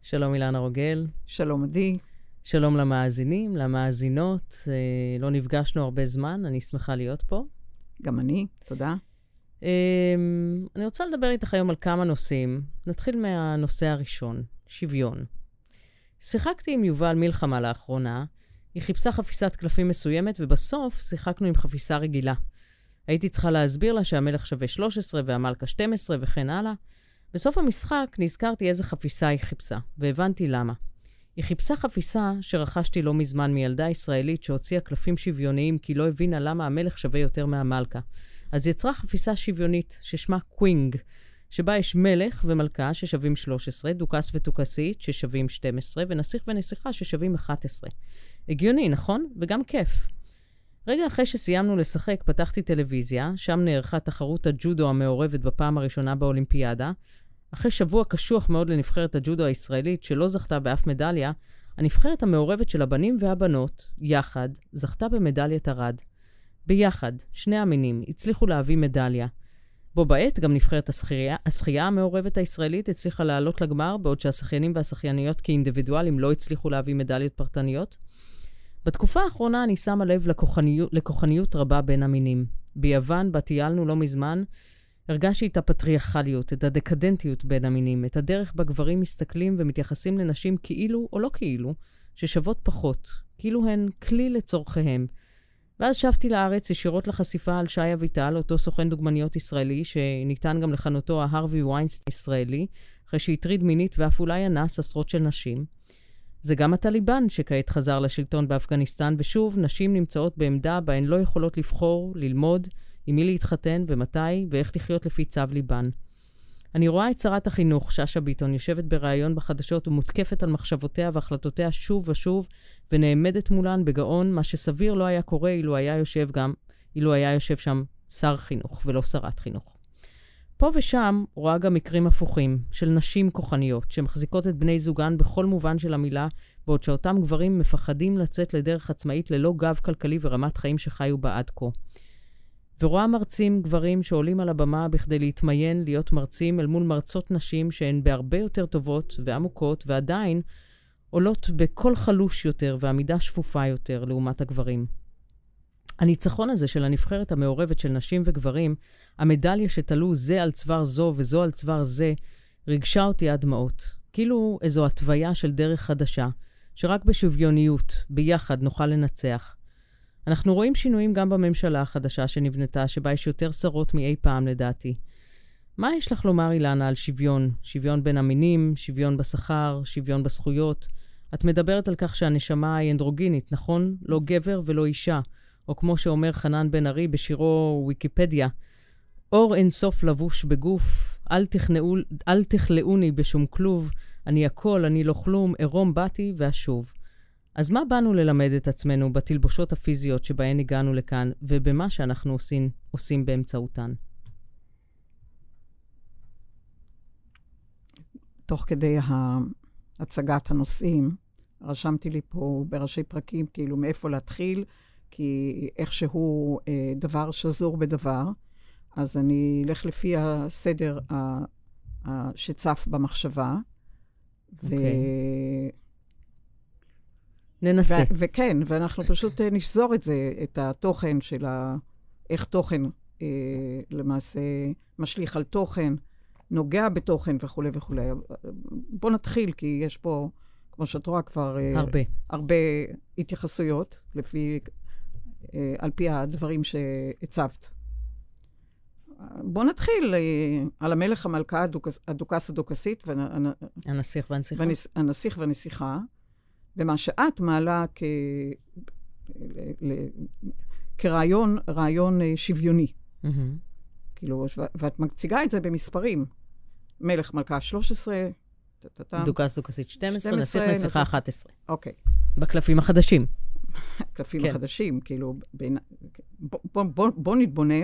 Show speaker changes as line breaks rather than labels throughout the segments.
שלום אילנה רוגל.
שלום עדי.
שלום למאזינים, למאזינות. לא נפגשנו הרבה זמן, אני שמחה להיות פה.
גם אני, תודה.
אני רוצה לדבר איתך היום על כמה נושאים. נתחיל מהנושא הראשון, שוויון. שיחקתי עם יובל מלחמה לאחרונה, היא חיפשה חפיסת קלפים מסוימת, ובסוף שיחקנו עם חפיסה רגילה. הייתי צריכה להסביר לה שהמלך שווה 13 והמלכה 12 וכן הלאה. בסוף המשחק נזכרתי איזה חפיסה היא חיפשה, והבנתי למה. היא חיפשה חפיסה שרכשתי לא מזמן מילדה ישראלית שהוציאה קלפים שוויוניים כי לא הבינה למה המלך שווה יותר מהמלכה. אז יצרה חפיסה שוויונית ששמה קווינג, שבה יש מלך ומלכה ששווים 13, דוכס ודוכסית ששווים 12, ונסיך ונסיכה ששווים 11. הגיוני, נכון? וגם כיף. רגע אחרי שסיימנו לשחק, פתחתי טלוויזיה, שם נערכה תחרות הג'ודו המעורבת בפעם הראשונה באולימפיאדה. אחרי שבוע קשוח מאוד לנבחרת הג'ודו הישראלית, שלא זכתה באף מדליה, הנבחרת המעורבת של הבנים והבנות, יחד, זכתה במדליית ארד. ביחד, שני המינים, הצליחו להביא מדליה. בו בעת גם נבחרת השחייה המעורבת הישראלית הצליחה לעלות לגמר, בעוד שהשחיינים והשחייניות כאינדיבידואלים לא הצליחו להביא מדליות פרטניות. בתקופה האחרונה אני שמה לב לכוחניות רבה בין המינים. ביוון, בה טיילנו לא מזמן, הרגשתי את הפטריארכליות, את הדקדנטיות בין המינים, את הדרך בה גברים מסתכלים ומתייחסים לנשים כאילו או לא כאילו, ששוות פחות, כאילו הן כלי לצורכיהם. ואז שבתי לארץ ישירות לחשיפה על שי אביטל, אותו סוכן דוגמניות ישראלי, שניתן גם לכנותו ההרווי ויינסטיין ישראלי, אחרי שהטריד מינית ואף אולי אנס עשרות של נשים. זה גם הטליבן שכעת חזר לשלטון באפגניסטן, ושוב נשים נמצאות בעמדה בהן לא יכולות לבחור, ללמוד, עם מי להתחתן ומתי, ואיך לחיות לפי צו ליבן. אני רואה את שרת החינוך, שאשא ביטון, יושבת בראיון בחדשות ומותקפת על מחשבותיה והחלטותיה שוב ושוב, ונעמדת מולן בגאון, מה שסביר לא היה קורה אילו היה יושב שם שר חינוך ולא שרת חינוך. פה ושם רואה גם מקרים הפוכים של נשים כוחניות, שמחזיקות את בני זוגן בכל מובן של המילה, בעוד שאותם גברים מפחדים לצאת לדרך עצמאית ללא גב כלכלי ורמת חיים שחיו בה עד כה. ורואה מרצים גברים שעולים על הבמה בכדי להתמיין, להיות מרצים אל מול מרצות נשים שהן בהרבה יותר טובות ועמוקות, ועדיין עולות בכל חלוש יותר ועמידה שפופה יותר לעומת הגברים. הניצחון הזה של הנבחרת המעורבת של נשים וגברים, המדליה שתלו זה על צוואר זו וזו על צוואר זה, ריגשה אותי עד דמעות. כאילו איזו התוויה של דרך חדשה, שרק בשוויוניות, ביחד נוכל לנצח. אנחנו רואים שינויים גם בממשלה החדשה שנבנתה, שבה יש יותר שרות מאי פעם לדעתי. מה יש לך לומר, אילנה, על שוויון? שוויון בין המינים, שוויון בשכר, שוויון בזכויות. את מדברת על כך שהנשמה היא אנדרוגינית, נכון? לא גבר ולא אישה. או כמו שאומר חנן בן ארי בשירו ויקיפדיה, אור אינסוף לבוש בגוף, אל תכלאוני בשום כלוב, אני הכל, אני לא כלום, עירום באתי ואשוב. אז מה באנו ללמד את עצמנו בתלבושות הפיזיות שבהן הגענו לכאן, ובמה שאנחנו עושים באמצעותן?
תוך כדי הצגת הנושאים, רשמתי לי פה בראשי פרקים, כאילו מאיפה להתחיל, כי איכשהו דבר שזור בדבר, אז אני אלך לפי הסדר שצף במחשבה.
ננסה.
וכן, ואנחנו פשוט נשזור את זה, את התוכן של איך תוכן למעשה משליך על תוכן, נוגע בתוכן וכו' וכו'. בוא נתחיל, כי יש פה, כמו שאת רואה כבר, הרבה התייחסויות על פי הדברים שהצבת. בוא נתחיל על המלך, המלכה, הדוכס, הדוכסית,
הנסיך והנסיכה.
הנסיך והנסיכה, ומה שאת מעלה כרעיון שוויוני. כאילו, ואת מציגה את זה במספרים. מלך, מלכה 13,
דוכס, דוכסית 12, נסיך ונסיכה 11.
אוקיי.
בקלפים החדשים.
הקלפים החדשים, כאילו, בוא נתבונן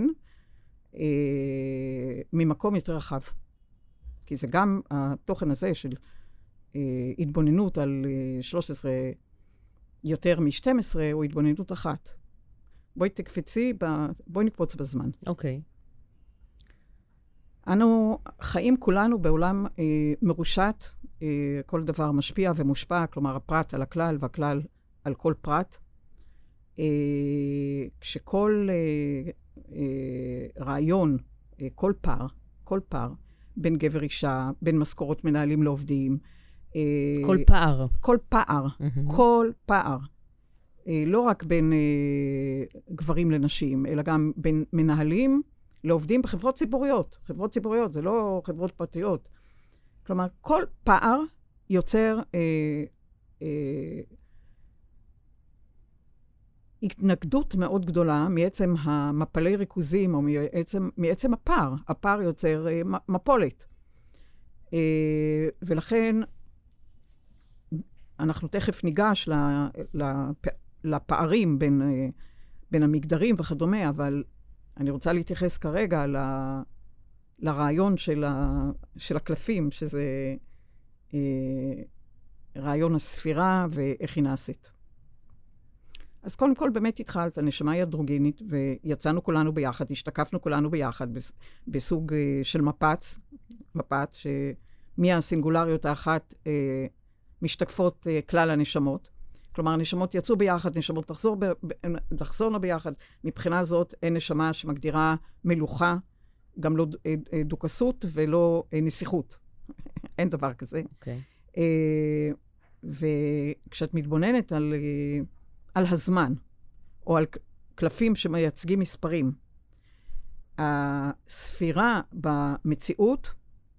ממקום יותר רחב. כי זה גם התוכן הזה של התבוננות על 13 יותר מ-12, או התבוננות אחת. בואי תקפצי, בואי נקפוץ בזמן.
אוקיי.
אנו חיים כולנו בעולם מרושת, כל דבר משפיע ומושפע, כלומר הפרט על הכלל והכלל על כל פרט. כשכל רעיון, כל פער, בין גבר אישה, בין משכורות מנהלים לעובדים.
כל פער.
כל פער. לא רק בין גברים לנשים, אלא גם בין מנהלים לעובדים בחברות ציבוריות. חברות ציבוריות, זה לא חברות פרטיות. כלומר, כל פער יוצר התנגדות מאוד גדולה מעצם המפלי ריכוזים, או מעצם הפער. הפער יוצר מפולת. ולכן אנחנו תכף ניגש לפערים בין המגדרים וכדומה, אבל אני רוצה להתייחס כרגע לרעיון של הקלפים, שזה רעיון הספירה ואיך היא נעשית. אז קודם כל באמת התחלת, הנשמה היא אנדרוגינית, ויצאנו כולנו ביחד, השתקפנו כולנו ביחד בסוג של מפץ, שמהסינגולריות האחת משתקפות כלל הנשמות. כלומר, הנשמות יצאו ביחד, נשמות תחזורנה ביחד. מבחינה זאת, אין נשמה שמגדירה מלוכה, גם לא דוכסות ולא נסיכות. אין דבר כזה.
Okay.
וכשאת מתבוננת על הזמן, או על קלפים שמייצגים מספרים, הספירה במציאות,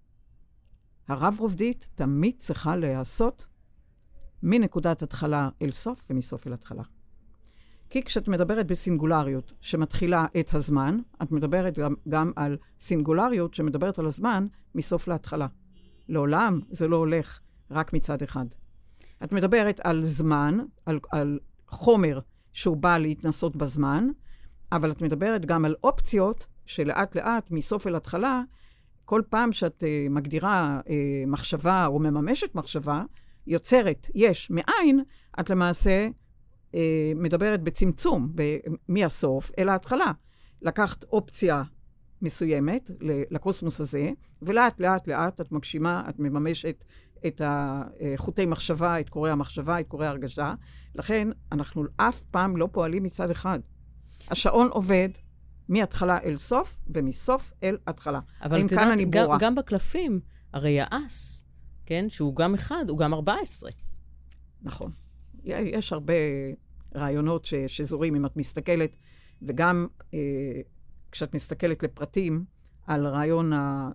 הרב-רובדית, תמיד צריכה להיעשות מנקודת התחלה אל סוף ומסוף אל התחלה. כי כשאת מדברת בסינגולריות שמתחילה את הזמן, את מדברת גם על סינגולריות שמדברת על הזמן מסוף להתחלה. לעולם זה לא הולך רק מצד אחד. את מדברת על זמן, על חומר שהוא בא להתנסות בזמן, אבל את מדברת גם על אופציות שלאט לאט מסוף אל התחלה, כל פעם שאת מגדירה מחשבה או מממשת מחשבה, יוצרת יש מאין, את למעשה מדברת בצמצום מהסוף אל ההתחלה. לקחת אופציה מסוימת לקוסמוס הזה, ולאט לאט לאט את מגשימה, את מממשת את חוטי מחשבה, את קורי המחשבה, את קורי ההרגשה. לכן אנחנו אף פעם לא פועלים מצד אחד. השעון עובד מהתחלה אל סוף, ומסוף אל התחלה.
אבל את יודעת, גם בקלפים, הרי האס, כן, שהוא גם 1, הוא גם 14.
נכון. יש הרבה רעיונות שזורים אם את מסתכלת, וגם כשאת מסתכלת לפרטים על רעיון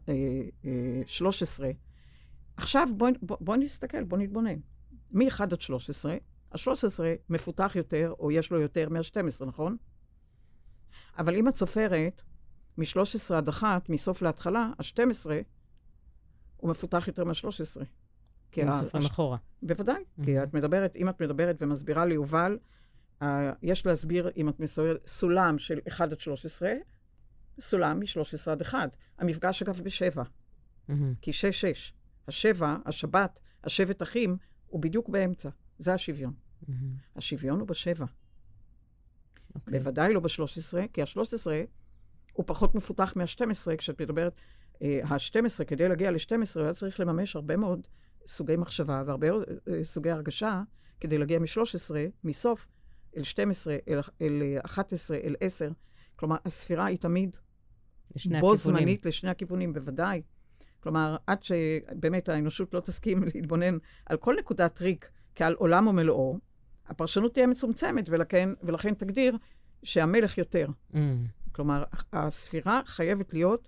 ה-13, עכשיו בוא נסתכל, בוא נתבונן. מ-1 עד 13, ה-13 מפותח יותר, או יש לו יותר מה-12, נכון? אבל אם את סופרת מ-13 עד 1, מסוף להתחלה, ה-12 הוא מפותח יותר מה-13.
סופרים אחורה.
בוודאי, כי את מדברת, אם את מדברת ומסבירה ליובל, יש להסביר, אם את מסבירת סולם של 1 עד 13, סולם מ-13 עד 1. המפגש אגב ב7, כי 6-6. השבע, השבת, השבט אחים, הוא בדיוק באמצע. זה השוויון. השוויון הוא ב7. בוודאי לא ב-13, כי ה-13 הוא פחות מפותח מה-12, כשאת מדברת, ה-12, כדי להגיע ל-12, היה צריך לממש הרבה מאוד סוגי מחשבה, והרבה סוגי הרגשה, כדי להגיע מ-13, מסוף, אל 12, אל 11, אל 10. כלומר, הספירה היא תמיד בו זמנית לשני הכיוונים, בוודאי. כלומר, עד שבאמת האנושות לא תסכים להתבונן על כל נקודת ריק כעל עולם ומלואו, הפרשנות תהיה מצומצמת, ולכן תגדיר שהמלך יותר. כלומר, הספירה חייבת להיות,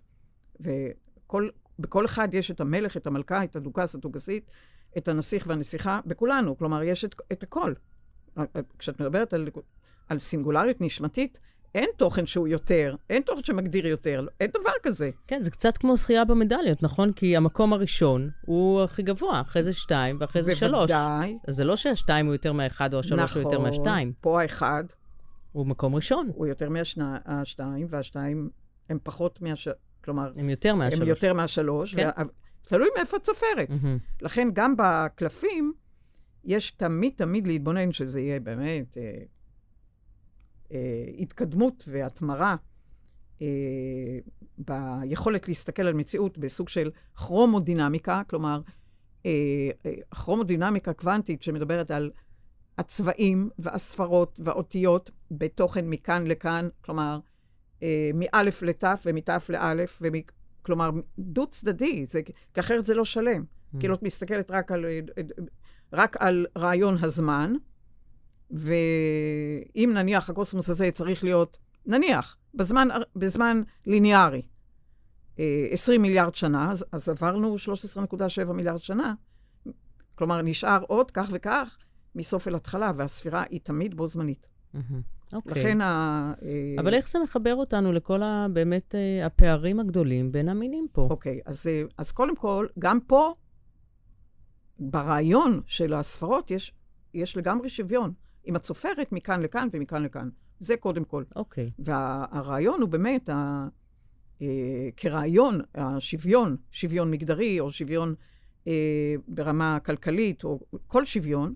ובכל אחד יש את המלך, את המלכה, את הדוכס, הדוכסית, את הנסיך והנסיכה, בכולנו. כלומר, יש את הכל. כשאת מדברת על סינגולריות נשמתית, אין תוכן שהוא יותר, אין תוכן שמגדיר יותר, אין דבר כזה.
כן, זה קצת כמו זכייה במדליות, נכון? כי המקום הראשון הוא הכי גבוה, אחרי זה 2 ואחרי זה 3.
בוודאי.
אז זה לא שה-2 הוא יותר מה-1 או ה-3 הוא יותר מה-2.
נכון, פה ה-1.
הוא מקום ראשון.
הוא יותר מה-2, וה-2 הם פחות כלומר...
הם יותר מה-3.
הם יותר מה-3,
כן.
תלוי מאיפה את סופרת. לכן גם בקלפים, יש תמיד להתבונן שזה יהיה באמת... התקדמות והתמרה ביכולת להסתכל על מציאות בסוג של כרומודינמיקה, כלומר, כרומודינמיקה קוונטית שמדברת על הצבעים והספרות והאותיות בתוכן מכאן לכאן, כלומר, מאלף לתף ומתף לאלף, כלומר, דו צדדי, כי אחרת זה לא שלם. כי לא מסתכלת רק על רעיון הזמן, ואם נניח הקוסמוס הזה צריך להיות, נניח, בזמן ליניארי, 20 מיליארד שנה, אז עברנו 13.7 מיליארד שנה. כלומר, נשאר עוד כך וכך מסוף אל התחלה, והספירה היא תמיד בו זמנית. לכן
אבל איך זה מחבר אותנו לכל באמת הפערים הגדולים בין המינים פה?
אוקיי, אז קודם כל, גם פה, ברעיון של הספרות, יש לגמרי שוויון. אם את סופרת מכאן לכאן ומכאן לכאן. זה קודם כל.
אוקיי.
והרעיון הוא באמת, כרעיון, השוויון, שוויון מגדרי, או שוויון ברמה כלכלית, או כל שוויון,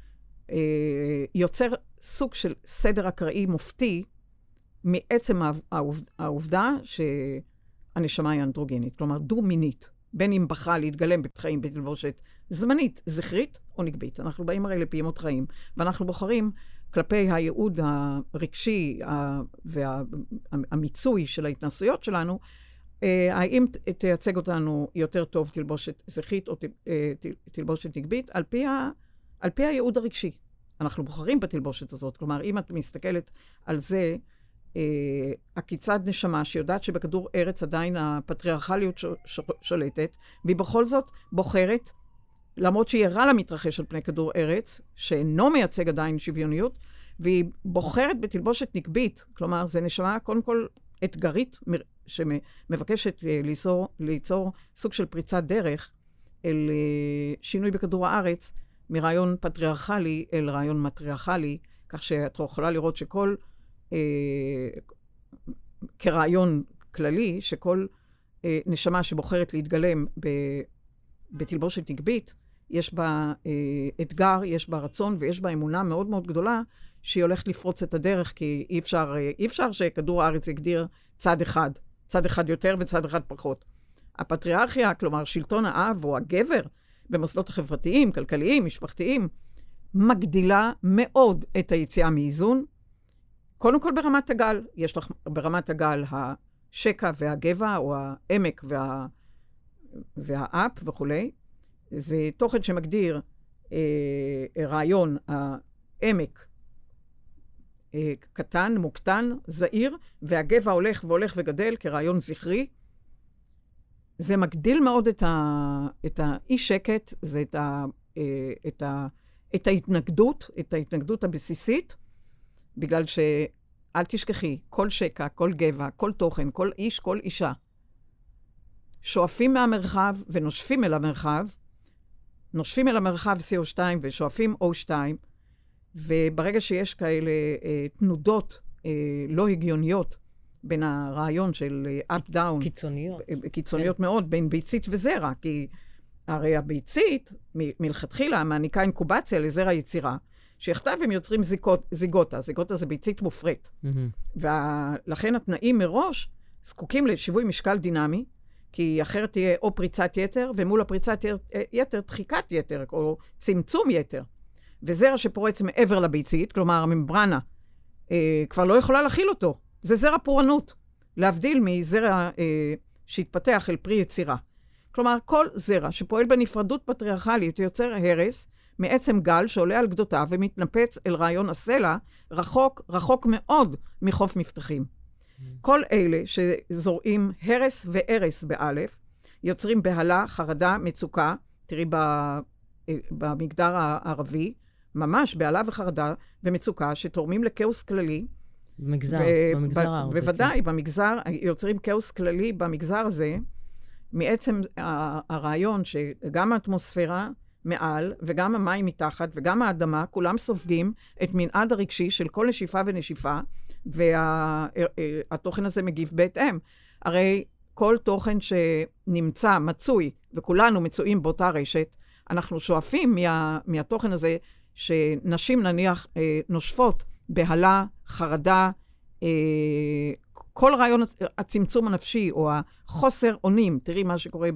יוצר סוג של סדר אקראי מופתי, מעצם העובדה שהנשמה היא אנדרוגינית, כלומר דו-מינית, בין אם בחרה להתגלם בחיים בתלבושת זמנית, זכרית או נקבית. אנחנו באים הרי לפעימות חיים, ואנחנו בוחרים כלפי הייעוד הרגשי והמיצוי של ההתנסויות שלנו, האם תייצג אותנו יותר טוב תלבושת זכרית או תלבושת נקבית, על פי הייעוד הרגשי. אנחנו בוחרים בתלבושת הזאת. כלומר, אם את מסתכלת על זה, הכיצד נשמה שיודעת שבכדור ארץ עדיין הפטריארכליות שולטת, והיא בכל זאת בוחרת, למרות שהיא ערה למתרחש על פני כדור ארץ, שאינו מייצג עדיין שוויוניות, והיא בוחרת בתלבושת נקבית, כלומר, זה נשמה קודם כל אתגרית, שמבקשת ליצור סוג של פריצת דרך אל שינוי בכדור הארץ, מרעיון פטריארכלי אל רעיון מטריארכלי, כך שאת יכולה לראות שכל, כרעיון כללי, שכל נשמה שבוחרת להתגלם בתלבושת נקבית, יש בה אתגר, יש בה רצון ויש בה אמונה מאוד מאוד גדולה, שהיא הולכת לפרוץ את הדרך, כי אי אפשר שכדור הארץ יגדיר צד אחד יותר וצד אחד פחות. הפטריארכיה, כלומר שלטון האב או הגבר, במוסדות החברתיים, כלכליים, משפחתיים, מגדילה מאוד את היציאה מאיזון. קודם כל ברמת הגל, יש לך ברמת הגל השקע והגבע, או העמק והאפ וכו'. זה תוכן שמגדיר רעיון העמק קטן, מוקטן, זעיר, והגבע הולך והולך וגדל כרעיון זכרי. זה מגדיל מאוד את האי שקט, זה את ההתנגדות הבסיסית, בגלל שאל תשכחי, כל שקע, כל גבע, כל תוכן, כל איש, כל אישה, שואפים מהמרחב ונושפים אל המרחב, נושפים אל המרחב CO2 ושואפים O2, וברגע שיש כאלה תנודות לא הגיוניות, בין הרעיון של up-down, קיצוניות מאוד, בין ביצית וזרע, כי הרי הביצית, מלכתחילה, מעניקה אינקובציה לזרע יצירה, שיחדיו הם יוצרים זיגוטה. זיגוטה זה ביצית מופרית. ולכן התנאים מראש זקוקים לשיווי משקל דינמי, כי אחרת תהיה או פריצת יתר, ומול הפריצת יתר, דחיקת יתר, או צמצום יתר. וזרע שפורץ מעבר לביצית, כלומר, הממברנה, כבר לא יכולה להכיל אותו. זה זרע פורענות, להבדיל מזרע שהתפתח אל פרי יצירה. כלומר, כל זרע שפועל בנפרדות פטריארכלית יוצר הרס מעצם גל שעולה על גדותיו ומתנפץ אל רעיון הסלע, רחוק מאוד מחוף מבטחים. כל אלה שזורעים הרס והרס באלף, יוצרים בהלה, חרדה, מצוקה, תראי במגדר הערבי, ממש בהלה וחרדה ומצוקה שתורמים לכאוס כללי,
במגזר הערבי.
בוודאי, במגזר, יוצרים כאוס כללי במגזר הזה, מעצם הרעיון שגם האטמוספירה מעל, וגם המים מתחת, וגם האדמה, כולם סופגים את מנעד הרגשי של כל נשיפה ונשיפה, והתוכן הזה מגיב בהתאם. הרי כל תוכן שנמצא, מצוי, וכולנו מצויים באותה רשת, אנחנו שואפים מהתוכן הזה, שנשים נניח נושפות בהלה, חרדה, כל רעיון הצמצום הנפשי, או החוסר אונים, תראי מה שקורה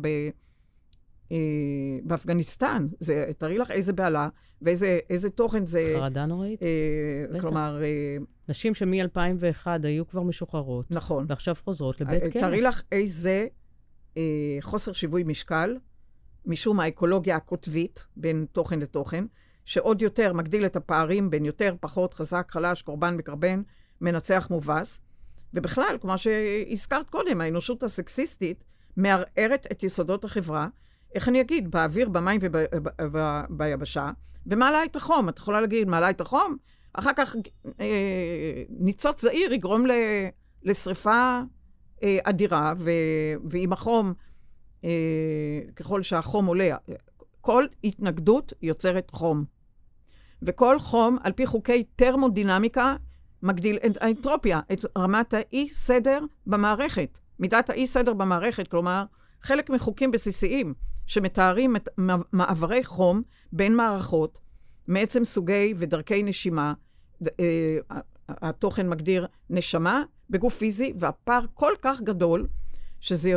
באפגניסטן, תראי לך איזה בעלה, ואיזה תוכן זה...
חרדה נוראית?
כלומר...
נשים שמ-2001 היו כבר משוחררות.
נכון.
ועכשיו חוזרות לבית כלא.
תראי לך איזה חוסר שיווי משקל, משום האקולוגיה הקוטבית בין תוכן לתוכן, שעוד יותר מגדיל את הפערים בין יותר, פחות, חזק, חלש, קורבן מקרבן, מנצח מובס. ובכלל, כמו שהזכרת קודם, האנושות הסקסיסטית מערערת את יסודות החברה, איך אני אגיד, באוויר, במים וביבשה, ומעלה את החום. את יכולה להגיד, מעלה את החום, אחר כך ניצוץ זעיר יגרום לשריפה אדירה, ועם החום, ככל שהחום עולה, כל התנגדות יוצרת חום. וכל חום, על פי חוקי טרמודינמיקה, מגדיל את האנטרופיה, את רמת האי-סדר במערכת. מידת האי-סדר במערכת, כלומר, חלק מחוקים בסיסיים, שמתארים את מעברי חום בין מערכות, מעצם סוגי ודרכי נשימה, התוכן מגדיר נשמה בגוף פיזי, והפער כל כך גדול, שזה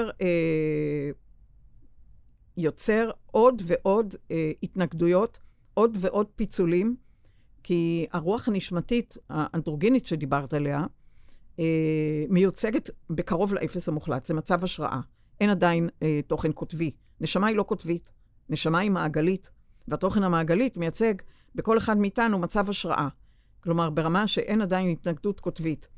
יוצר עוד ועוד התנגדויות, עוד ועוד פיצולים, כי הרוח הנשמתית, האנדרוגינית שדיברת עליה, מיוצגת בקרוב לאפס המוחלט. זה מצב השראה. אין עדיין תוכן כותבי. נשמה היא לא כותבית. נשמה היא מעגלית. והתוכן המעגלית מייצג בכל אחד מאיתנו מצב השראה. כלומר, ברמה שאין עדיין התנגדות כותבית.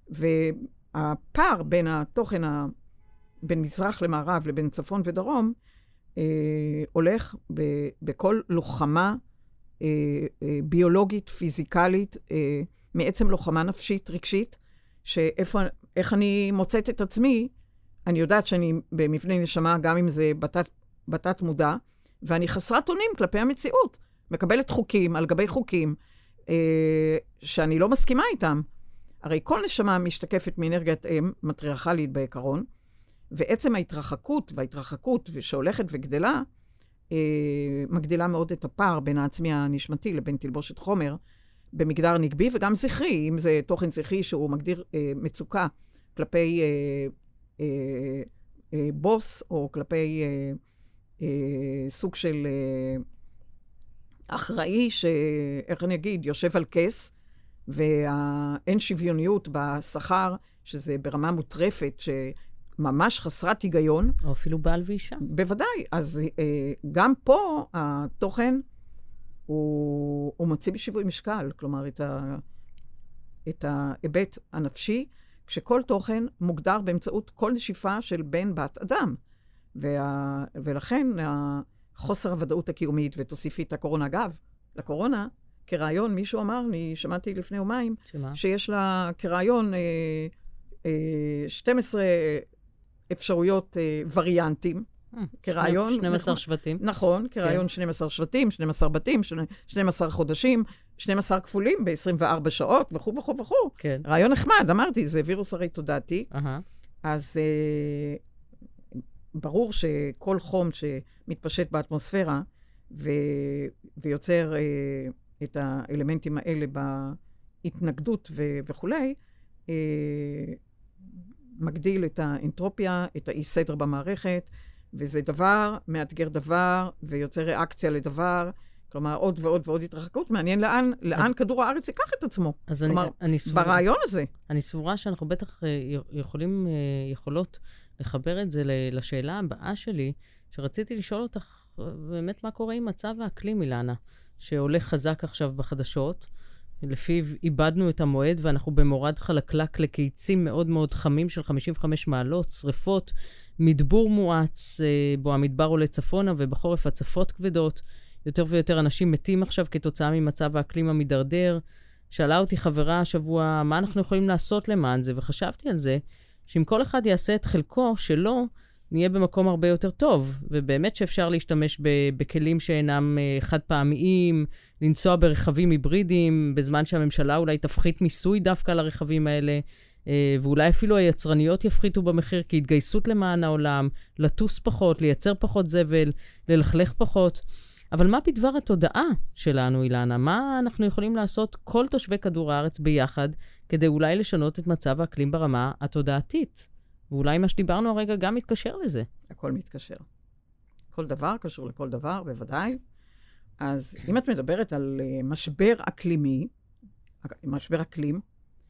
והפער בין התוכן, בין מזרח למערב לבין צפון ודרום, הולך בכל לוחמה ביולוגית, פיזיקלית, מעצם לוחמה נפשית, רגשית, איך אני מוצאת את עצמי, אני יודעת שאני במבנה נשמה, גם אם זה בתת מודע, ואני חסרת אונים כלפי המציאות. מקבלת חוקים על גבי חוקים, שאני לא מסכימה איתם. הרי כל נשמה משתקפת מאנרגיית אם, מטריארכלית בעיקרון, ועצם ההתרחקות שהולכת וגדלה, מגדילה מאוד את הפער בין העצמי הנשמתי לבין תלבושת חומר, במגדר נגבי וגם זכרי, אם זה תוכן זכרי שהוא מגדיר מצוקה כלפי בוס, או כלפי סוג של אחראי, איך אני אגיד, יושב על כס, ואין שוויוניות בשכר, שזה ברמה מוטרפת, ממש חסרת היגיון.
או אפילו בעל ואישה.
בוודאי. אז גם פה התוכן הוא מוציא בשיווי משקל, כלומר את ההיבט הנפשי, כשכל תוכן מוגדר באמצעות כל נשיפה של בן בת אדם. ולכן חוסר הוודאות הקיומית, ותוסיפי את הקורונה. אגב, לקורונה, כרעיון, מישהו אמר, אני שמעתי לפני יומיים, שיש לה כרעיון 12 אפשרויות וריאנטים, כרעיון...
12 שבטים.
נכון, כרעיון 12 שבטים, 12 בתים, 12 חודשים, 12 כפולים ב-24 שעות, וכו' וכו' וכו'.
כן.
רעיון נחמד, אמרתי, זה וירוס הרי תודעתי. אז ברור שכל חום שמתפשט באטמוספירה, ויוצר את האלמנטים האלה בהתנגדות וכולי, מגדיל את האנטרופיה, את האי-סדר במערכת, וזה דבר, מאתגר דבר, ויוצר ריאקציה לדבר, כלומר, עוד ועוד ועוד התרחקות. מעניין לאן כדור הארץ ייקח את עצמו.
אז
כלומר, ברעיון הזה.
אני סבורה שאנחנו בטח יכולות לחבר את זה לשאלה הבאה שלי, שרציתי לשאול אותך באמת מה קורה עם מצב האקלים, אילנה, שהולך חזק עכשיו בחדשות, לפיו איבדנו את המועד, ואנחנו במורד חלקלק לקיצים מאוד מאוד חמים של 55 מעלות, שריפות, מדבור מואץ, בו המדבר עולה צפונה, ובחורף הצפות כבדות. יותר ויותר אנשים מתים עכשיו כתוצאה ממצב האקלים המדרדר. שאלה אותי חברה השבוע, מה אנחנו יכולים לעשות למען זה? וחשבתי על זה, שאם כל אחד יעשה את חלקו שלו, נהיה במקום הרבה יותר טוב. ובאמת שאפשר להשתמש בכלים שאינם חד פעמיים, לנסוע ברכבים היברידיים, בזמן שהממשלה אולי תפחית מיסוי דווקא לרכבים האלה, ואולי אפילו היצרניות יפחיתו במחיר כהתגייסות למען העולם, לטוס פחות, לייצר פחות זבל, ללכלך פחות. אבל מה בדבר התודעה שלנו, אילנה? מה אנחנו יכולים לעשות כל תושבי כדור הארץ ביחד, כדי אולי לשנות את מצב האקלים ברמה התודעתית? ואולי מה שדיברנו הרגע גם מתקשר לזה.
הכל מתקשר. כל דבר קשור לכל דבר, בוודאי. אז אם את מדברת על משבר אקלימי, משבר אקלים,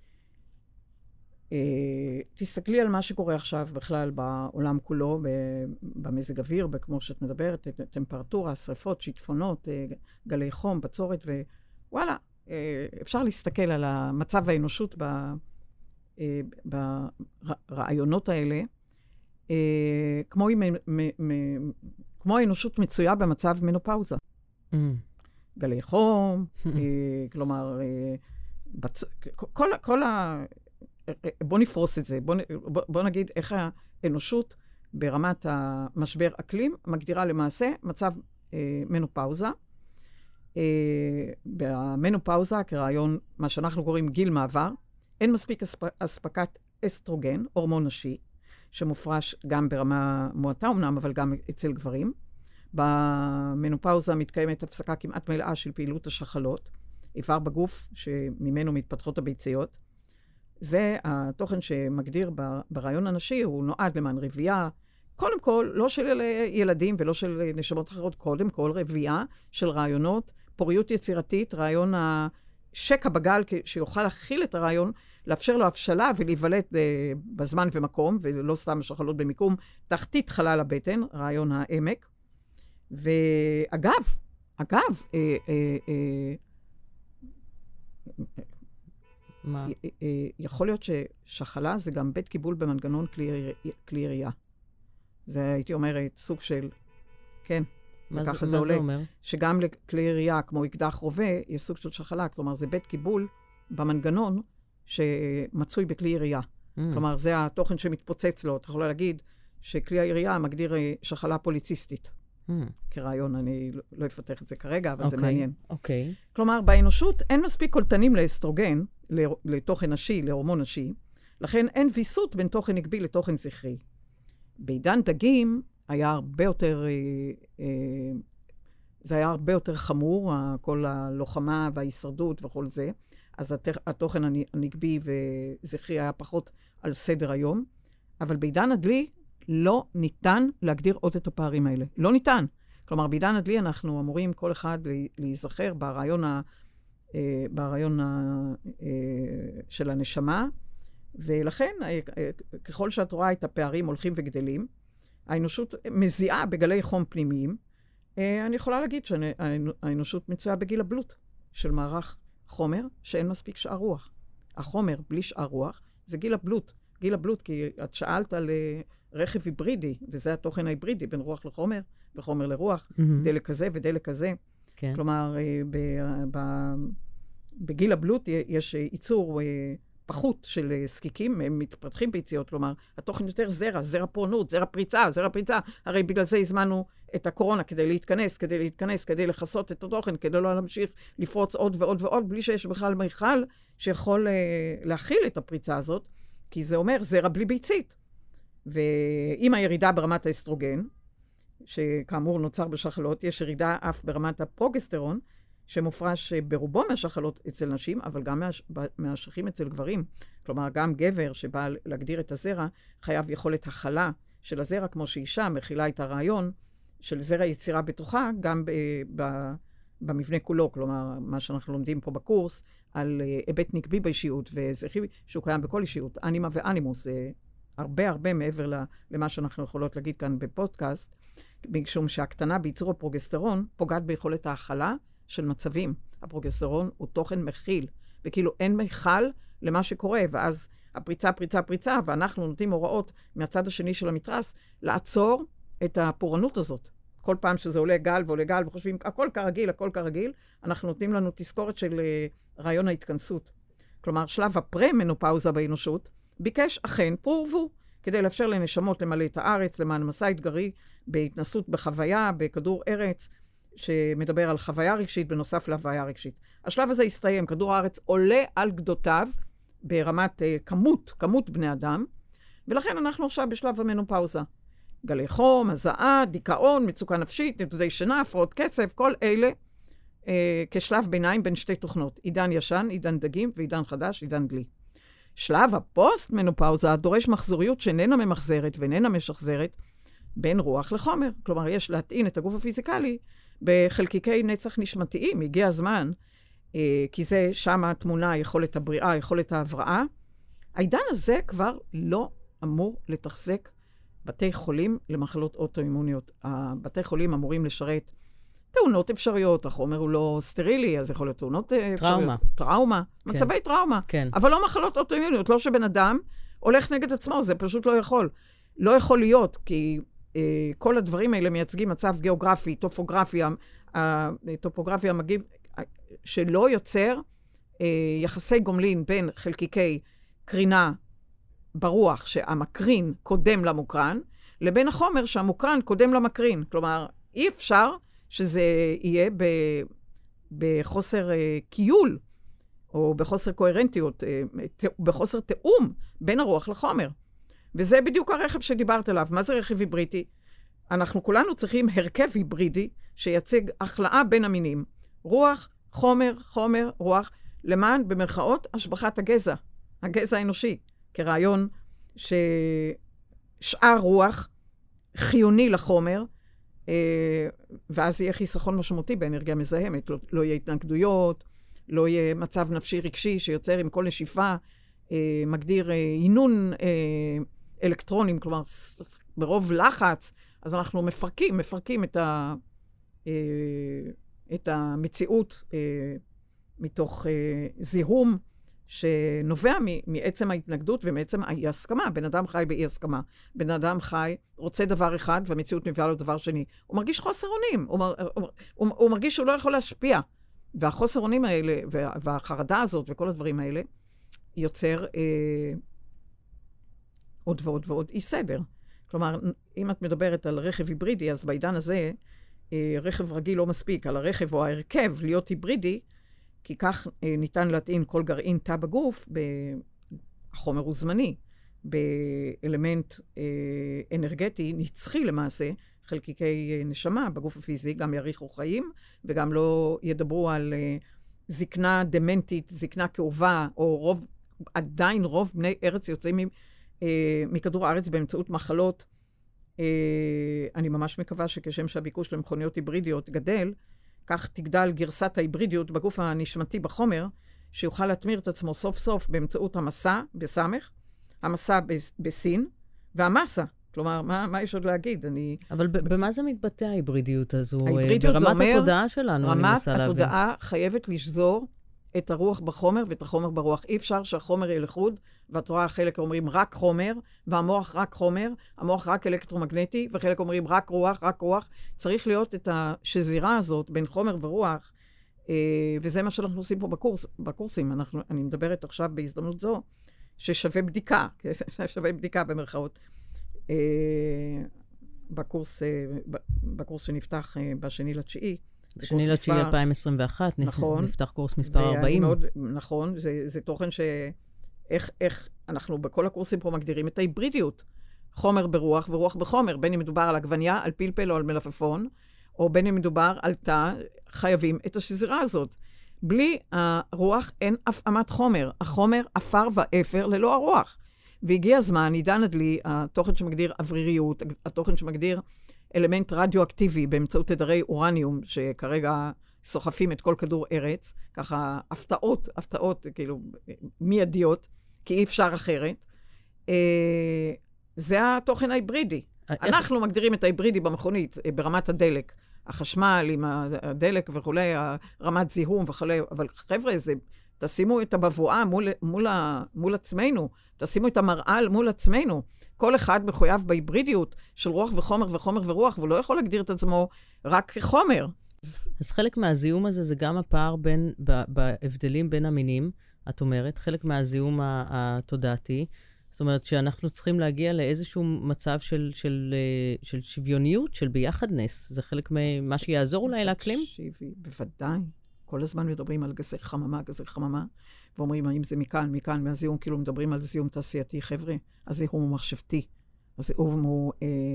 תסתכלי על מה שקורה עכשיו בכלל בעולם כולו, במזג אוויר, כמו שאת מדברת, טמפרטורה, שריפות, שיטפונות, גלי חום, בצורת, ווואלה, אפשר להסתכל על המצב האנושות ברעיונות האלה, כמו האנושות מצויה במצב מנופאוזה. גלי חום, כלומר, בוא נפרוס את זה, בוא נגיד איך האנושות ברמת המשבר אקלים מגדירה למעשה מצב מנופאוזה. במנופאוזה כרעיון, מה שאנחנו קוראים גיל מעבר, אין מספיק אספקת אסטרוגן, הורמון נשי, שמופרש גם ברמה מועטה אמנם, אבל גם אצל גברים. במנופאוזה מתקיימת הפסקה כמעט מלאה של פעילות השחלות, איבר בגוף שממנו מתפתחות הביציות. זה התוכן שמגדיר ברעיון הנשי, הוא נועד למען רבייה, קודם כל, לא של ילדים ולא של נשמות אחרות, קודם כל רבייה של רעיונות, פוריות יצירתית, רעיון השקע בגל שיוכל להכיל את הרעיון, לאפשר לו הבשלה ולהיוולד בזמן ומקום, ולא סתם שחלות במיקום, תחתית חלל הבטן, רעיון העמק. ואגב,
מה?
יכול להיות ששחלה זה גם בית קיבול במנגנון כלי ירייה. זה הייתי אומרת סוג של, כן, וככה זה עולה. אומר? שגם לכלי ירייה כמו אקדח רובה יש סוג של שחלה, כלומר זה בית קיבול במנגנון שמצוי בכלי ירייה. כלומר זה התוכן שמתפוצץ לו. אתה יכול להגיד שכלי הירייה מגדיר שחלה פוליציסטית. כרעיון, אני לא אפתח את זה כרגע, אבל זה מעניין.
אוקיי.
כלומר, באנושות אין מספיק קולטנים לאסטרוגן, לתוכן נשי, להורמון נשי, לכן אין ויסות בין תוכן נקבי לתוכן זכרי. בעידן דגים היה הרבה יותר, זה היה הרבה יותר חמור, כל הלוחמה וההישרדות וכל זה, אז התוכן הנקבי וזכרי היה פחות על סדר היום, אבל בעידן הדלי לא ניתן להגדיר עוד את הפערים האלה. לא ניתן. כלומר, בעידן הדלי אנחנו אמורים כל אחד להיזכר ברעיון של הנשמה, ולכן, ככל שאת רואה את הפערים הולכים וגדלים, האנושות מזיעה בגלי חום פנימיים. אני יכולה להגיד שהאנושות מצויה בגיל הבלוט של מערך חומר שאין מספיק שאר רוח. החומר בלי שאר רוח זה גיל הבלוט. גיל הבלוט, כי את שאלת על רכב היברידי, וזה התוכן ההיברידי בין רוח לחומר וחומר לרוח, דלק כזה ודלק כזה.
כן.
כלומר, בגיל הבלוט יש ייצור פחות של סקיקים, הם מתפתחים ביציות, כלומר, התוכן יותר זרע פורנות, זרע פריצה. הרי בגלל זה הזמנו את הקורונה כדי להתכנס, כדי לחסות את התוכן, כדי לא להמשיך לפרוץ עוד ועוד ועוד, בלי שיש בכלל מיכל שיכול להכיל את הפריצה הזאת, כי זה אומר זרע בלי ביצית. ועם הירידה ברמת האסטרוגן, שכאמור נוצר בשחלות, יש ירידה אף ברמת הפרוגסטרון, שמופרש ברובו מהשחלות אצל נשים, אבל גם מהשכים אצל גברים. כלומר, גם גבר שבא להגדיר את הזרע, חייב יכולת הכלה של הזרע, כמו שאישה מכילה את הרעיון של זרע יצירה בתוכה, גם במבנה כולו. כלומר, מה שאנחנו לומדים פה בקורס, על היבט נקבי באישיות, וזכרי שהוא קיים בכל אישיות, אנימה ואנימוס, זה הרבה מעבר למה שאנחנו יכולות להגיד כאן בפודקאסט, משום שהקטנה בייצור הפרוגסטרון פוגעת ביכולת ההכלה של מצבים. הפרוגסטרון הוא תוכן מכיל, וכאילו אין מיכל למה שקורה, ואז הפריצה, ואנחנו נותנים הוראות מהצד השני של המתרס, לעצור את הפורענות הזאת. כל פעם שזה עולה גל ועולה גל, וחושבים, הכל כרגיל, אנחנו נותנים לנו תזכורת של רעיון ההתכנסות. כלומר, שלב הפרה-מנופאוזה באנושות, ביקש אכן פורבו, כדי לאפשר לנשמות למלא את הארץ, למען מסע אתגרי, בהתנסות בחוויה, בכדור ארץ, שמדבר על חוויה רגשית בנוסף להוויה רגשית. השלב הזה הסתיים, כדור הארץ עולה על גדותיו, ברמת כמות בני אדם, ולכן אנחנו עכשיו בשלב המנופאוזה. גלי חום, הזעה, דיכאון, מצוקה נפשית, נדודי שינה, הפרעות קצב, כל אלה כשלב ביניים בין שתי תוכנות, עידן ישן, עידן דגים, ועידן חדש, עידן דלי. שלב הפוסט-מנופאוזה דורש מחזוריות שאיננה ממחזרת ואיננה משחזרת בין רוח לחומר. כלומר, יש להטעין את הגוף הפיזיקלי בחלקיקי נצח נשמתיים. הגיע הזמן, כי זה שם התמונה, יכולת הבריאה, יכולת ההבראה. העידן הזה כבר לא אמור לתחזק בתי חולים למחלות אוטואימוניות. הבתי חולים אמורים לשרת תאונות אפשריות, החומר הוא לא סטרילי, אז יכול להיות תאונות אפשריות. טראומה. כן. מצבי טראומה.
כן.
אבל לא מחלות אוטואימוניות, לא שבן אדם הולך נגד עצמו, זה פשוט לא יכול. לא יכול להיות, כי כל הדברים האלה מייצגים מצב גיאוגרפי, טופוגרפיה מגיב, שלא יוצר יחסי גומלין בין חלקיקי קרינה ברוח, שהמקרין קודם למוקרן, לבין החומר שהמוקרן קודם למקרין. כלומר, אי אפשר שזה יהיה בחוסר קיול, או בחוסר קוהרנטיות, בחוסר תאום בין הרוח לחומר. וזה בדיוק הרכב שדיברת עליו. מה זה רכב היברידי? אנחנו כולנו צריכים הרכב היברידי שיציג החלאה בין המינים. רוח, חומר, חומר, רוח, למען במרכאות השבחת הגזע, הגזע האנושי, כרעיון ששאר רוח חיוני לחומר, ואז יהיה חיסכון משמעותי באנרגיה מזהמת. לא יהיה התנגדויות, לא יהיה מצב נפשי רגשי שיוצר עם כל נשיפה, מגדיר עינון אלקטרונים, כלומר, ברוב לחץ, אז אנחנו מפרקים את המציאות מתוך זיהום שנובע מעצם ההתנגדות ומעצם האי-הסכמה. בן אדם חי באי-הסכמה. בן אדם חי, רוצה דבר אחד, והמציאות מביאה לו דבר שני. הוא מרגיש חוסר אונים. הוא מרגיש שהוא לא יכול להשפיע. והחוסר אונים האלה, והחרדה הזאת, וכל הדברים האלה, יוצר עוד ועוד ועוד אי סדר. כלומר, אם את מדברת על רכב היברידי, אז בעידן הזה, רכב רגיל לא מספיק. על הרכב או ההרכב להיות היברידי, כי כך ניתן להטעין כל גרעין תא בגוף, החומר הוא זמני, באלמנט אנרגטי נצחי למעשה, חלקיקי נשמה בגוף הפיזי, גם יאריכו חיים, וגם לא ידברו על זקנה דמנטית, זקנה כאובה, או עדיין רוב בני ארץ יוצאים מכדור הארץ באמצעות מחלות. אני ממש מקווה שכשם שהביקוש למכוניות היברידיות גדל, כך תגדל גרסת ההיברידיות בגוף הנשמתי בחומר, שיוכל להתמיר את עצמו סוף סוף באמצעות המסע בסמך, המסע בסין, והמסה. כלומר, מה יש עוד להגיד?
אבל במה זה מתבטא ההיברידיות הזו?
ההיברידיות זה אומר,
ברמת התודעה שלנו, אני מנסה להבין.
רמת התודעה חייבת לשזור את הרוח בחומר ואת החומר ברוח. אי אפשר שהחומר יהיה לחוד, ואת רואה חלק אומרים רק חומר, והמוח רק חומר, המוח רק אלקטרומגנטי, וחלק אומרים רק רוח, רק רוח. צריך להיות את השזירה הזאת בין חומר ורוח, וזה מה שאנחנו עושים פה בקורסים. אני מדברת עכשיו בהזדמנות זו, ששווה בדיקה, שווה בדיקה במרכאות. בקורס שנפתח ב2.9,
ב2.9 2021,
נכון,
נפתח קורס מספר 40.
נכון, זה תוכן איך אנחנו בכל הקורסים פה מגדירים את ההיברידיות. חומר ברוח ורוח בחומר, בין אם מדובר על עגבניה, על פלפל או על מלפפון, או בין אם מדובר על תא, חייבים את השזירה הזאת. בלי הרוח אין אף אמת חומר. החומר אפר ואפר ללא הרוח. והגיע הזמן, עידן הדלי, התוכן שמגדיר אווריריות, התוכן שמגדיר אלמנט רדיואקטיבי באמצעות תדרי אורניום, שכרגע סוחפים את כל כדור ארץ, ככה הפתעות כאילו מיידיות, כי אי אפשר אחרת. זה התוכן ההיברידי. אנחנו מגדירים את ההיברידי במכונית, ברמת הדלק, החשמל עם הדלק וכולי, רמת זיהום וכולי, אבל חבר'ה, תשימו את הבבואה מול עצמנו, תשימו את המראה מול עצמנו. כל אחד מחויב בהיברידיות של רוח וחומר וחומר ורוח, והוא לא יכול להגדיר את עצמו רק כחומר.
אז חלק מהזיהום הזה זה גם הפער בהבדלים בין המינים, את אומרת, חלק מהזיהום התודעתי. זאת אומרת שאנחנו צריכים להגיע לאיזשהו מצב של שוויוניות, של ביחדנס. זה חלק ממה שיעזור אולי לאקלים?
תקשיבי, בוודאי. כל הזמן מדברים על גזי חממה, ואומרים, האם זה מכאן, מהזיהום, כאילו מדברים על זיהום תעשייתי, חבר'ה, הזיהום הוא מחשבתי. אז הוא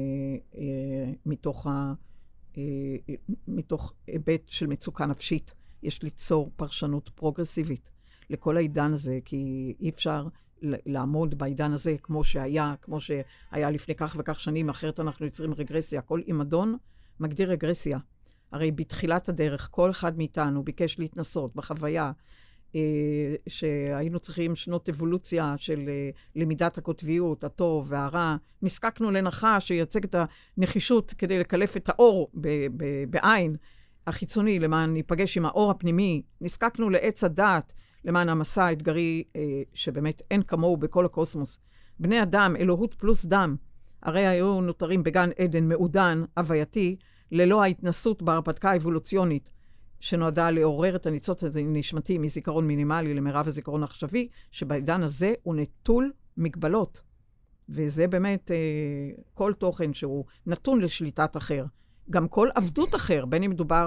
מתוך היבט של מצוקה נפשית. יש ליצור פרשנות פרוגרסיבית לכל העידן הזה, כי אי אפשר לעמוד בעידן הזה כמו שהיה לפני כך וכך שנים, אחרת אנחנו יוצרים רגרסיה. כל אימדון מגדיר רגרסיה. הרי בתחילת הדרך כל אחד מאיתנו ביקש להתנסות בחוויה, שהיינו צריכים שנות אבולוציה של למידת הקוטביות, הטוב והרע. נזקקנו לנחש שייצג את הנחישות כדי לקלף את האור בעין החיצוני, למען ניפגש עם האור הפנימי. נזקקנו לעץ הדעת, למען המסע האתגרי שבאמת אין כמוהו בכל הקוסמוס. בני אדם, אלוהות פלוס דם, הרי היו נותרים בגן עדן מעודן, הווייתי, ללא ההתנסות בהרפתקה האבולוציונית, שנועדה לעורר את הניצוץ הנשמתי מזיכרון מינימלי למרב הזיכרון העכשווי, שבעידן הזה הוא נטול מגבלות. וזה באמת כל תוכן שהוא נתון לשליטת אחר. גם כל עבדות אחר, בין אם מדובר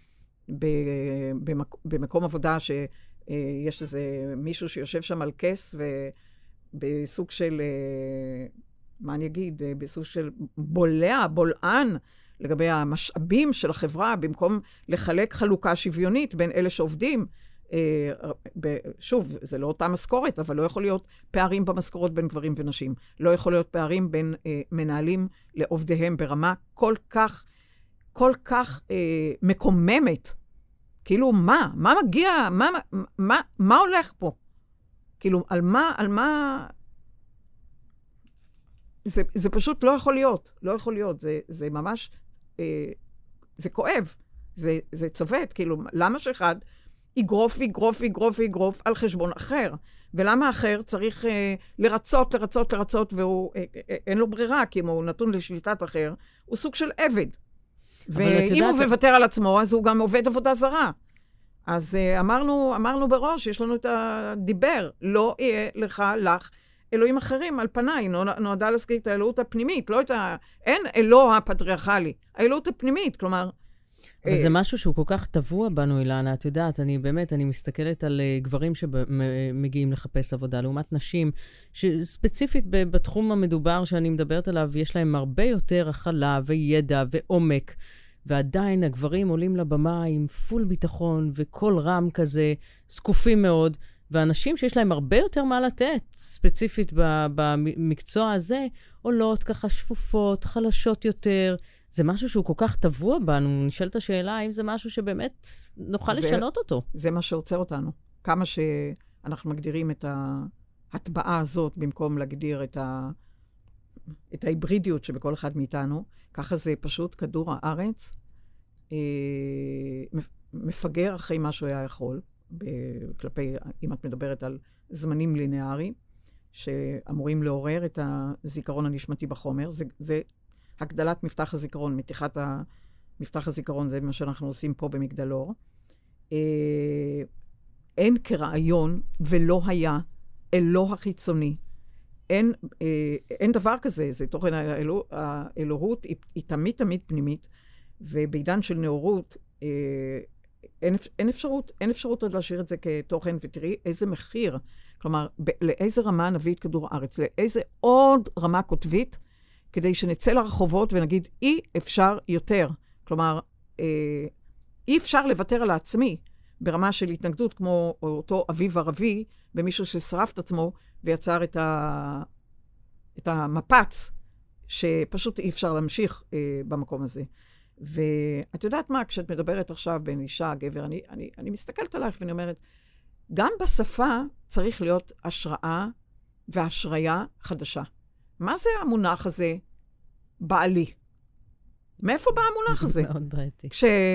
במקום עבודה שיש איזה מישהו שיושב שם על כס, ובסוג של, מה אני אגיד, בסוג של בולען, לגבי המשאבים של החברה, במקום לחלק חלוקה שוויונית בין אלה שעובדים. שוב, זה לא אותה משכורת, אבל לא יכול להיות פערים במשכורות בין גברים ונשים. לא יכול להיות פערים בין מנהלים לעובדיהם ברמה כל כך מקוממת. כאילו, מה מגיע? מה הולך פה? כאילו, על מה... זה פשוט לא יכול להיות. לא יכול להיות. זה ממש... זה כואב. זה צובט. כאילו, למה שאחד יגרוף על חשבון אחר? ולמה האחר צריך לרצות, והוא אין לו ברירה, כי אם הוא נתון לשליטת אחר, הוא סוג של עבד. ואם הוא מוותר על עצמו, אז הוא גם עובד עבודה זרה. אז אמרנו בראש, יש לנו את הדיבר, לא יהיה לך אלוהים אחרים על פניי, נועדה להזכיר את האלוהות הפנימית, אין אלוה הפטריארכלי, האלוהות הפנימית, כלומר...
אבל זה משהו שהוא כל כך טבוע בנו, אילנה, את יודעת, אני מסתכלת על גברים שמגיעים לחפש עבודה, לעומת נשים, שספציפית בתחום המדובר שאני מדברת עליו, יש להם הרבה יותר הכלה וידע ועומק, ועדיין הגברים עולים לבמה עם פול ביטחון וקול רם כזה, סקופים מאוד, ואנשים שיש להם הרבה יותר מה לתת, ספציפית במקצוע הזה, עולות ככה שפופות, חלשות יותר. זה משהו שהוא כל כך טבוע בנו. נשאלת השאלה, האם זה משהו שבאמת נוכל לשנות אותו?
זה מה שעוצר אותנו. כמה שאנחנו מגדירים את ההטבעה הזאת, במקום להגדיר את ההיברידיות שבכל אחד מאיתנו, ככה זה פשוט כדור הארץ, מפגר אחרי מה שהוא היה יכול, כלפי, אם את מדברת על זמנים לינאריים, שאמורים לעורר את הזיכרון הנשמתי בחומר. זה הגדלת מפתח הזיכרון, מתיחת מפתח הזיכרון, זה מה שאנחנו עושים פה במגדלור. אין כרעיון ולא היה אלוה החיצוני. אין דבר כזה, זה תוכן האלוהות היא תמיד פנימית, ובעידן של נאורות אין אפשרות עוד להשאיר את זה כתוכן, ותראי איזה מחיר, כלומר, לאיזה רמה נביא את כדור הארץ, לאיזה עוד רמה כותבית, כדי שנצא לרחובות ונגיד, אי אפשר יותר. כלומר, אי אפשר לוותר על העצמי ברמה של התנגדות, כמו אותו אביב ערבי, במישהו ששרף את עצמו ויצר את המפץ, שפשוט אי אפשר להמשיך במקום הזה. ואת יודעת מה, כשאת מדברת עכשיו בין אישה, גבר, אני מסתכלת עלייך ואני אומרת, גם בשפה צריך להיות השראה והשראיה חדשה. מה זה המונח הזה? בעלי. מאיפה בא המונח הזה?
מאוד בעייתי.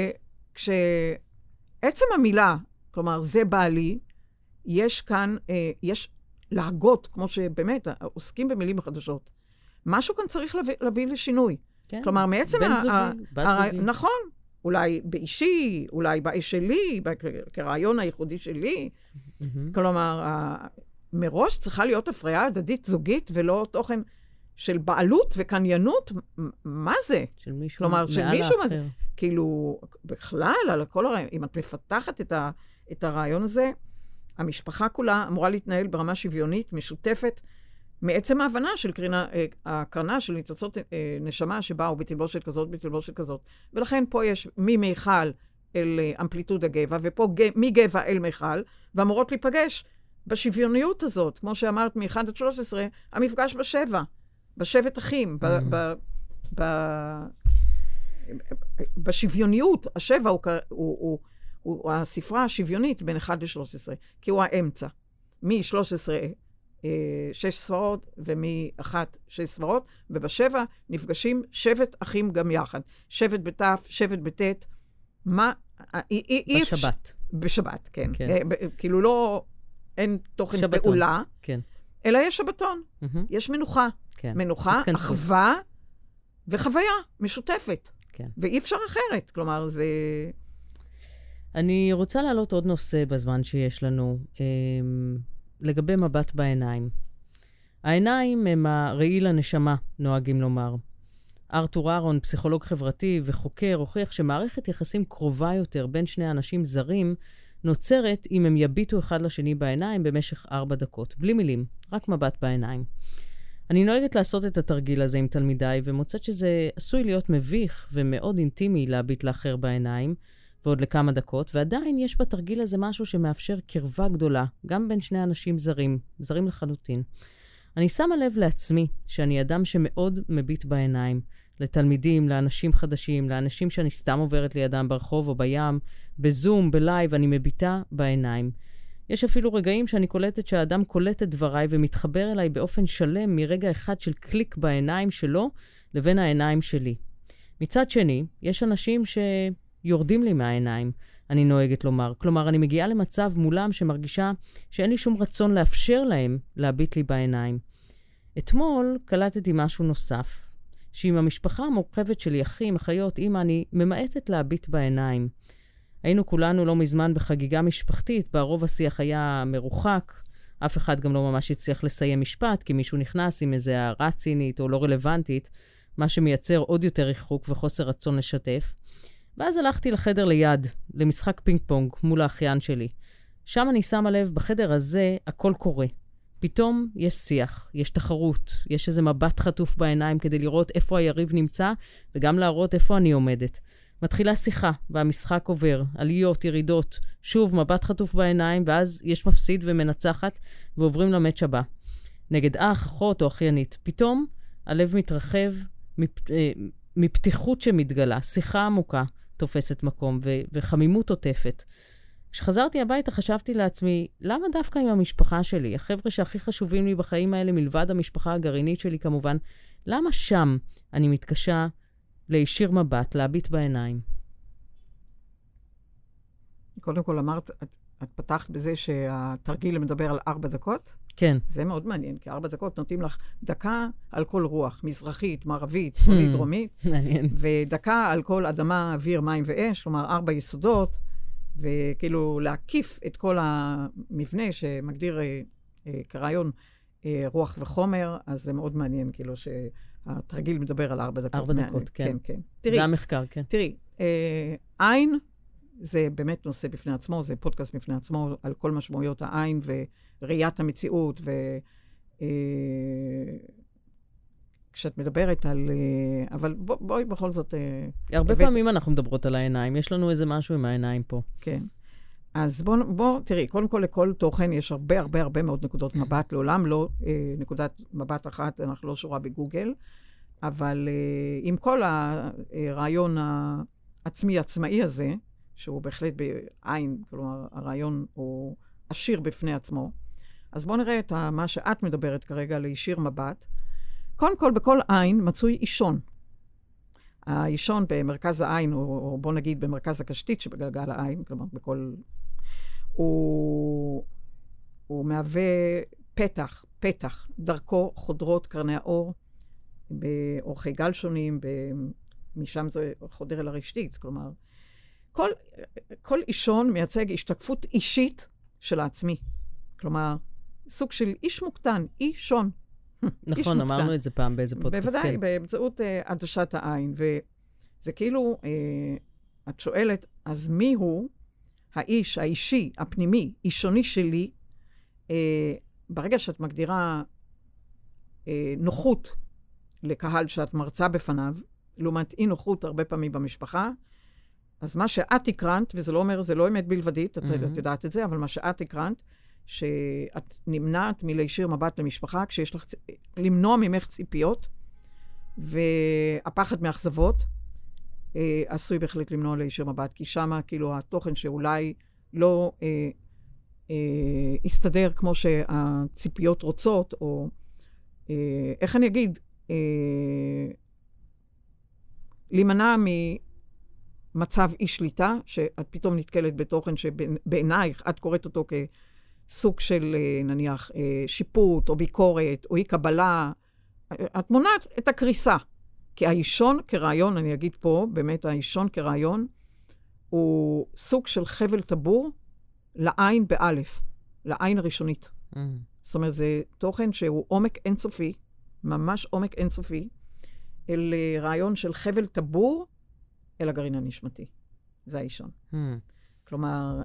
כשעצם המילה, כלומר, זה בעלי, יש כאן, יש להגות, כמו שבאמת, עוסקים במילים החדשות. משהו כאן צריך להביא לשינוי.
כן.
כלומר, מעצם...
בן זוגי, בת זוגי.
נכון. אולי באישי, אולי באיש שלי, כרעיון הייחודי שלי. כלומר, מראש צריכה להיות הפריה הדדית זוגית, ולא תוכן של בעלות וקניינות. מה זה?
של מישהו
כלומר,
מעל האחר.
כאילו, בכלל, על כל הרעיון, אם את מפתחת את הרעיון הזה, המשפחה כולה אמורה להתנהל ברמה שוויונית, משותפת, מעצם ההבנה של הקרנה של ניצוצות נשמה שבאו בתלבושת כזאת, בתלבושת כזאת. ולכן פה יש ממיכל אל אמפליטודה גבע, ופה מגבע אל מיכל, ואמורות להיפגש בשוויוניות הזאת, כמו שאמרת, מ-1 עד 13, המפגש בשבט אחים, בשוויוניות. השבע הוא הספרה השוויונית בין 1 ל-13, כי הוא האמצע. מ-13 6 ספרות, ומ-1 6 ספרות, ובשבע נפגשים שבט אחים גם יחד. שבט בתף, שבט בתת, מה...
בשבת.
בשבת, כן. כאילו לא... אין תוכן פעולה, אלא יש שבתון. יש מנוחה. מנוחה, אחווה וחוויה משותפת. ואי אפשר אחרת. כלומר, זה...
אני רוצה להעלות עוד נושא בזמן שיש לנו, לגבי מבט בעיניים. העיניים הם הראי לנשמה, נוהגים לומר. ארתור אהרון, פסיכולוג חברתי וחוקר, הוכיח שמערכת יחסים קרובה יותר בין שני אנשים זרים, נוצרת אם הם יביטו אחד לשני בעיניים במשך 4 דקות, בלי מילים, רק מבט בעיניים. אני נוהגת לעשות את התרגיל הזה עם תלמידיי, ומוצאת שזה עשוי להיות מביך ומאוד אינטימי להביט לאחר בעיניים, ועוד לכמה דקות, ועדיין יש בתרגיל הזה משהו שמאפשר קרבה גדולה, גם בין שני אנשים זרים לחלוטין. אני שמה לב לעצמי שאני אדם שמאוד מביט בעיניים, לתלמידים, לאנשים חדשים, לאנשים שאני סתם עוברת לידם ברחוב או בים, בזום, בלייב, אני מביטה בעיניים. יש אפילו רגעים שאני קולטת שהאדם קולט את דבריי ומתחבר אליי באופן שלם מרגע אחד של קליק בעיניים שלו לבין העיניים שלי. מצד שני, יש אנשים שיורדים לי מהעיניים, אני נוהגת לומר. כלומר, אני מגיעה למצב מולם שמרגישה שאין לי שום רצון לאפשר להם להביט לי בעיניים. אתמול קלטתי משהו נוסף, שעם המשפחה המורחבת שלי, אחים, אחיות, אמא, אני ממעטת להביט בעיניים. היינו כולנו לא מזמן בחגיגה משפחתית, ברוב השיח היה מרוחק, אף אחד גם לא ממש הצליח לסיים משפט, כי מישהו נכנס עם איזו הערה צינית או לא רלוונטית, מה שמייצר עוד יותר ריחוק וחוסר רצון לשתף. ואז הלכתי לחדר ליד, למשחק פינג פונג מול האחיין שלי. שם אני שמה לב, בחדר הזה הכל קורה. פתאום יש שיח, יש תחרות, יש איזה מבט חטוף בעיניים כדי לראות איפה היריב נמצא, וגם להראות איפה אני עומדת. מתחילה שיחה, והמשחק עובר, עליות, ירידות, שוב מבט חטוף בעיניים, ואז יש מפסיד ומנצחת, ועוברים למאץ' הבא. נגד אח, אחות או אחיינית. פתאום הלב מתרחב מפתיחות שמתגלה, שיחה עמוקה תופסת מקום, וחמימות עוטפת. כשחזרתי הביתה חשבתי לעצמי, למה דווקא עם המשפחה שלי, החבר'ה שהכי חשובים לי בחיים האלה, מלבד המשפחה הגרעינית שלי כמובן, למה שם אני מתקשה להישיר מבט, להביט בעיניים?
קודם כל אמרת, את פתחת בזה שהתרגיל מדבר על 4 דקות?
כן.
זה מאוד מעניין, כי 4 דקות נותנים לך דקה על כל רוח, מזרחית, מערבית, צפונית, דרומית.
מעניין.
ודקה על כל אדמה, אוויר, מים ואש, כלומר 4 יסודות, וכאילו להקיף את כל המבנה שמגדיר כרעיון רוח וחומר, אז זה מאוד מעניין, כאילו שהתרגיל מדבר על 4 דקות.
4 דקות, כן.
כן.
זה המחקר, כן.
תראי, עין, זה באמת נושא בפני עצמו, זה פודקאסט בפני עצמו, על כל משמעויות העין וראיית המציאות, כשאת מדברת על... אבל בואי בכל זאת...
הרבה פעמים אנחנו מדברות על העיניים, יש לנו איזה משהו עם העיניים פה.
כן. אז בוא, תראי, קודם כל לכל תוכן יש הרבה מאוד נקודות מבט, לעולם לא נקודת מבט אחת, אנחנו לא שורה בגוגל, אבל עם כל הרעיון העצמאי הזה, שהוא בהחלט בעין, כלומר, הרעיון הוא עשיר בפני עצמו. אז בואו נראה את מה שאת מדברת כרגע, להישיר מבט. קודם כל, בכל עין מצוי אישון. האישון במרכז העין, או בוא נגיד במרכז הקשתית שבגלגל העין, כלומר, הוא מהווה פתח, דרכו חודרות קרני האור, באורכי גל שונים, משם זה חודר אל הרשתית, כלומר, כל אישון מייצג השתקפות אישית של העצמי. כלומר, סוג של איש מוקטן, אישון.
נכון, אמרנו את זה פעם באיזה פודקאסט.
בוודאי, באמצעות עדשת העין. וזה כאילו, את שואלת, אז מי הוא האיש, האישי, הפנימי, אישוני שלי, ברגע שאת מגדירה נוחות לקהל שאת מרצה בפניו, לעומת אי נוחות הרבה פעמים במשפחה, אז מה שאת הקרנת, וזה לא אומר, זה לא אמת בלבדית, את יודעת את זה, אבל מה שאת הקרנת, שאת נמנעת מלהישיר מבט למשפחה, כשיש לך, למנוע ממך ציפיות, והפחד מאכזבות, עשוי בהחלט למנוע להישיר מבט, כי שמה כאילו התוכן שאולי לא יסתדר כמו שהציפיות רוצות, או איך אני אגיד, להימנע ממצב אי שליטה, שאת פתאום נתקלת בתוכן שבעינייך את קוראת אותו כסוג של נניח שיפוט או ביקורת או אי קבלה, את מונעת את הקריסה. כי האישון כרעיון, אני אגיד פה, באמת האישון כרעיון, הוא סוג של חבל טבור לעין באלף, לעין הראשונית. זאת אומרת, זה תוכן שהוא עומק אינסופי, ממש עומק אינסופי, אל רעיון של חבל טבור אל הגרעין הנשמתי. זה האישון. כלומר,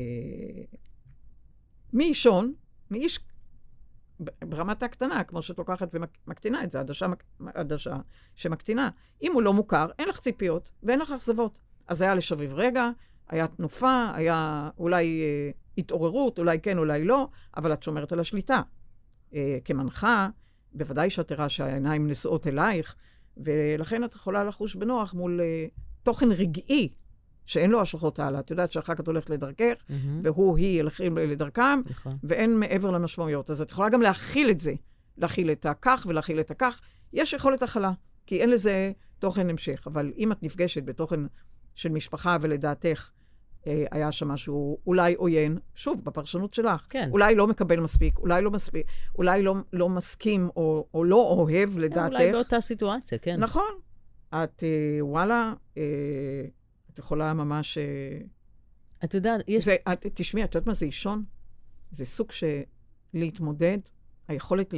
מאישון, מאיש ברמת הקטנה, כמו שאת לוקחת ומקטינה את זה, עדשה שמקטינה. אם הוא לא מוכר, אין לך ציפיות ואין לך אכזבות. אז היה לשביב רגע, היה תנופה, היה אולי התעוררות, אולי כן, אולי לא, אבל את שומרת על השליטה. כמנחה, בוודאי שאת תראה שהעיניים נשואות אלייך, ולכן את יכולה לחוש בנוח מול תוכן רגעי, שאין לו השלכות הלאה. את יודעת שאחר כך את הולכת לדרכך, היא ילכים לדרכם, ואין מעבר למשמעויות. אז את יכולה גם להכיל את זה, להכיל את הכך ולהכיל את הכך. יש יכולת הכלה, כי אין לזה תוכן המשך. אבל אם את נפגשת בתוכן של משפחה ולדעתך, היה שם משהו אולי עוין, שוב, בפרשנות שלך.
כן.
אולי לא מקבל מספיק, אולי לא מסכים או לא אוהב לדעתך.
אולי באותה סיטואציה, כן.
נכון. את, וואלה, את יכולה ממש...
את יודעת, יש...
תשמעי, את יודעת מה זה אישון? זה סוג להתמודד, היכולת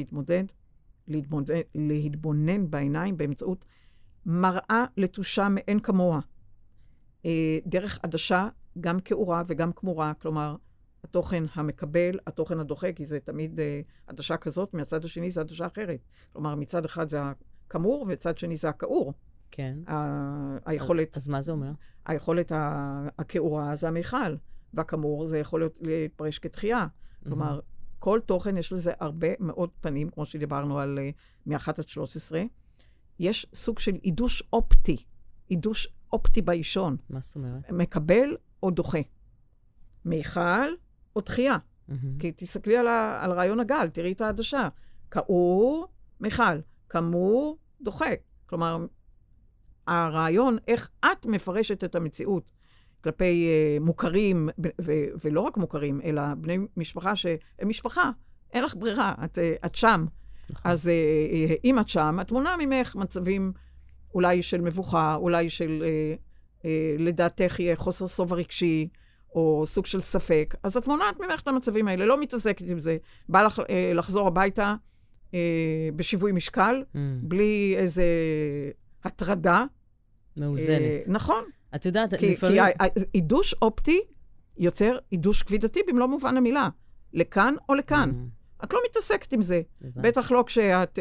להתבונן בעיניים באמצעות מראה לתושה מאין כמוה. דרך עדשה, גם כאורה וגם כמורה, כלומר, התוכן המקבל, התוכן הדוחה, כי זה תמיד עדשה כזאת, מהצד השני זה עדשה אחרת. כלומר, מצד אחד זה הכמור, וצד שני זה הכאור.
כן.
היכולת...
אז מה זה אומר?
היכולת הכאורה זה המיכל, והכמור זה יכול להתפרש כתחייה. כלומר, כל תוכן יש לזה הרבה מאוד פנים, כמו שדיברנו על מ-1 עד 13. יש סוג של עידוש אופטי, עידוש אופטי באישון.
מה זאת אומרת?
מקבל או דוחה. מיכל או תחייה. כי תסתכלי על רעיון הגל, תראי את העדשה. כאור, מיכל. כמור, דוחה. כלומר, הרעיון, איך את מפרשת את המציאות כלפי מוכרים, ולא רק מוכרים, אלא בני משפחה שהם משפחה. אין לך ברירה, את שם. אז אם את שם, את מונע ממך מצבים אולי של מבוכה, אולי של, לדעתך יהיה חוסר סובה רגשי, או סוג של ספק. אז את מונעת ממך את המצבים האלה, לא מתעסקת עם זה. בא לך לחזור הביתה בשיווי משקל, בלי איזה הטרדה.
מאוזנת.
נכון.
את יודעת,
כי עידוש אופטי יוצר עידוש כבידתי במלוא מובן המילה. לכאן או לכאן. את לא מתעסקת עם זה. בטח לא כשאת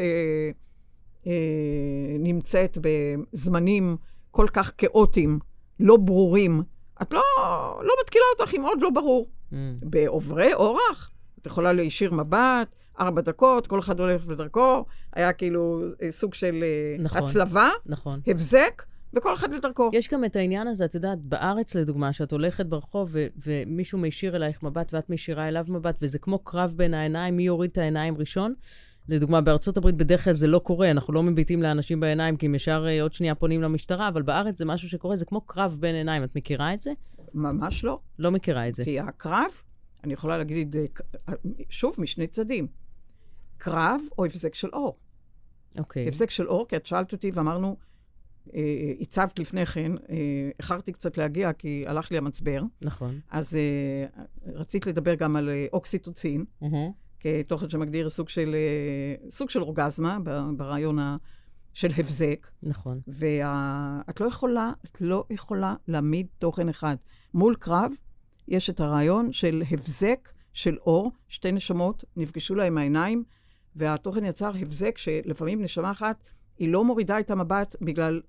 נמצאת בזמנים כל כך כאוטיים, לא ברורים. את לא מתקילה אותך עם עוד לא ברור. בעוברי אורח, את יכולה להישיר מבט, 4 דקות, כל אחד הולך בדרכו, היה כאילו סוג של הצלבה, הבזק, וכל אחד בדרכו.
יש גם את העניין הזה, את יודעת, בארץ לדוגמה, שאת הולכת ברחוב ומישהו מישיר אלייך מבט ואת מישירה אליו מבט, וזה כמו קרב בין העיניים, מי יוריד את העיניים ראשון. לדוגמה, בארצות הברית בדרך כלל זה לא קורה, אנחנו לא מביטים לאנשים בעיניים, כי הם ישר עוד שנייה פונים למשטרה, אבל בארץ זה משהו שקורה, זה כמו קרב בין עיניים. את מכירה את זה?
ממש לא.
לא מכירה את זה.
כי הקרב, אני יכולה להגיד, שוב, משני צדדים. קרב או הבזק של אור.
אוקיי.
הבזק של אור, כי את שאלת אותי ואמרנו, הצבת לפני כן, איחרתי קצת להגיע, כי הלך לי המצבר.
נכון.
אז רצית לדבר גם על אוקסיטוצין, כתוכן שמגדיר סוג של אורגזמה, ברעיון של הבזק.
נכון.
ואת לא יכולה להעמיד תוכן אחד. מול קרב, יש את הרעיון של הבזק של אור, 2 נשמות, נפגשו להם העיניים, והתוכן יצר הבזק שלפעמים נשמה אחת, היא לא מורידה את המבט בגלל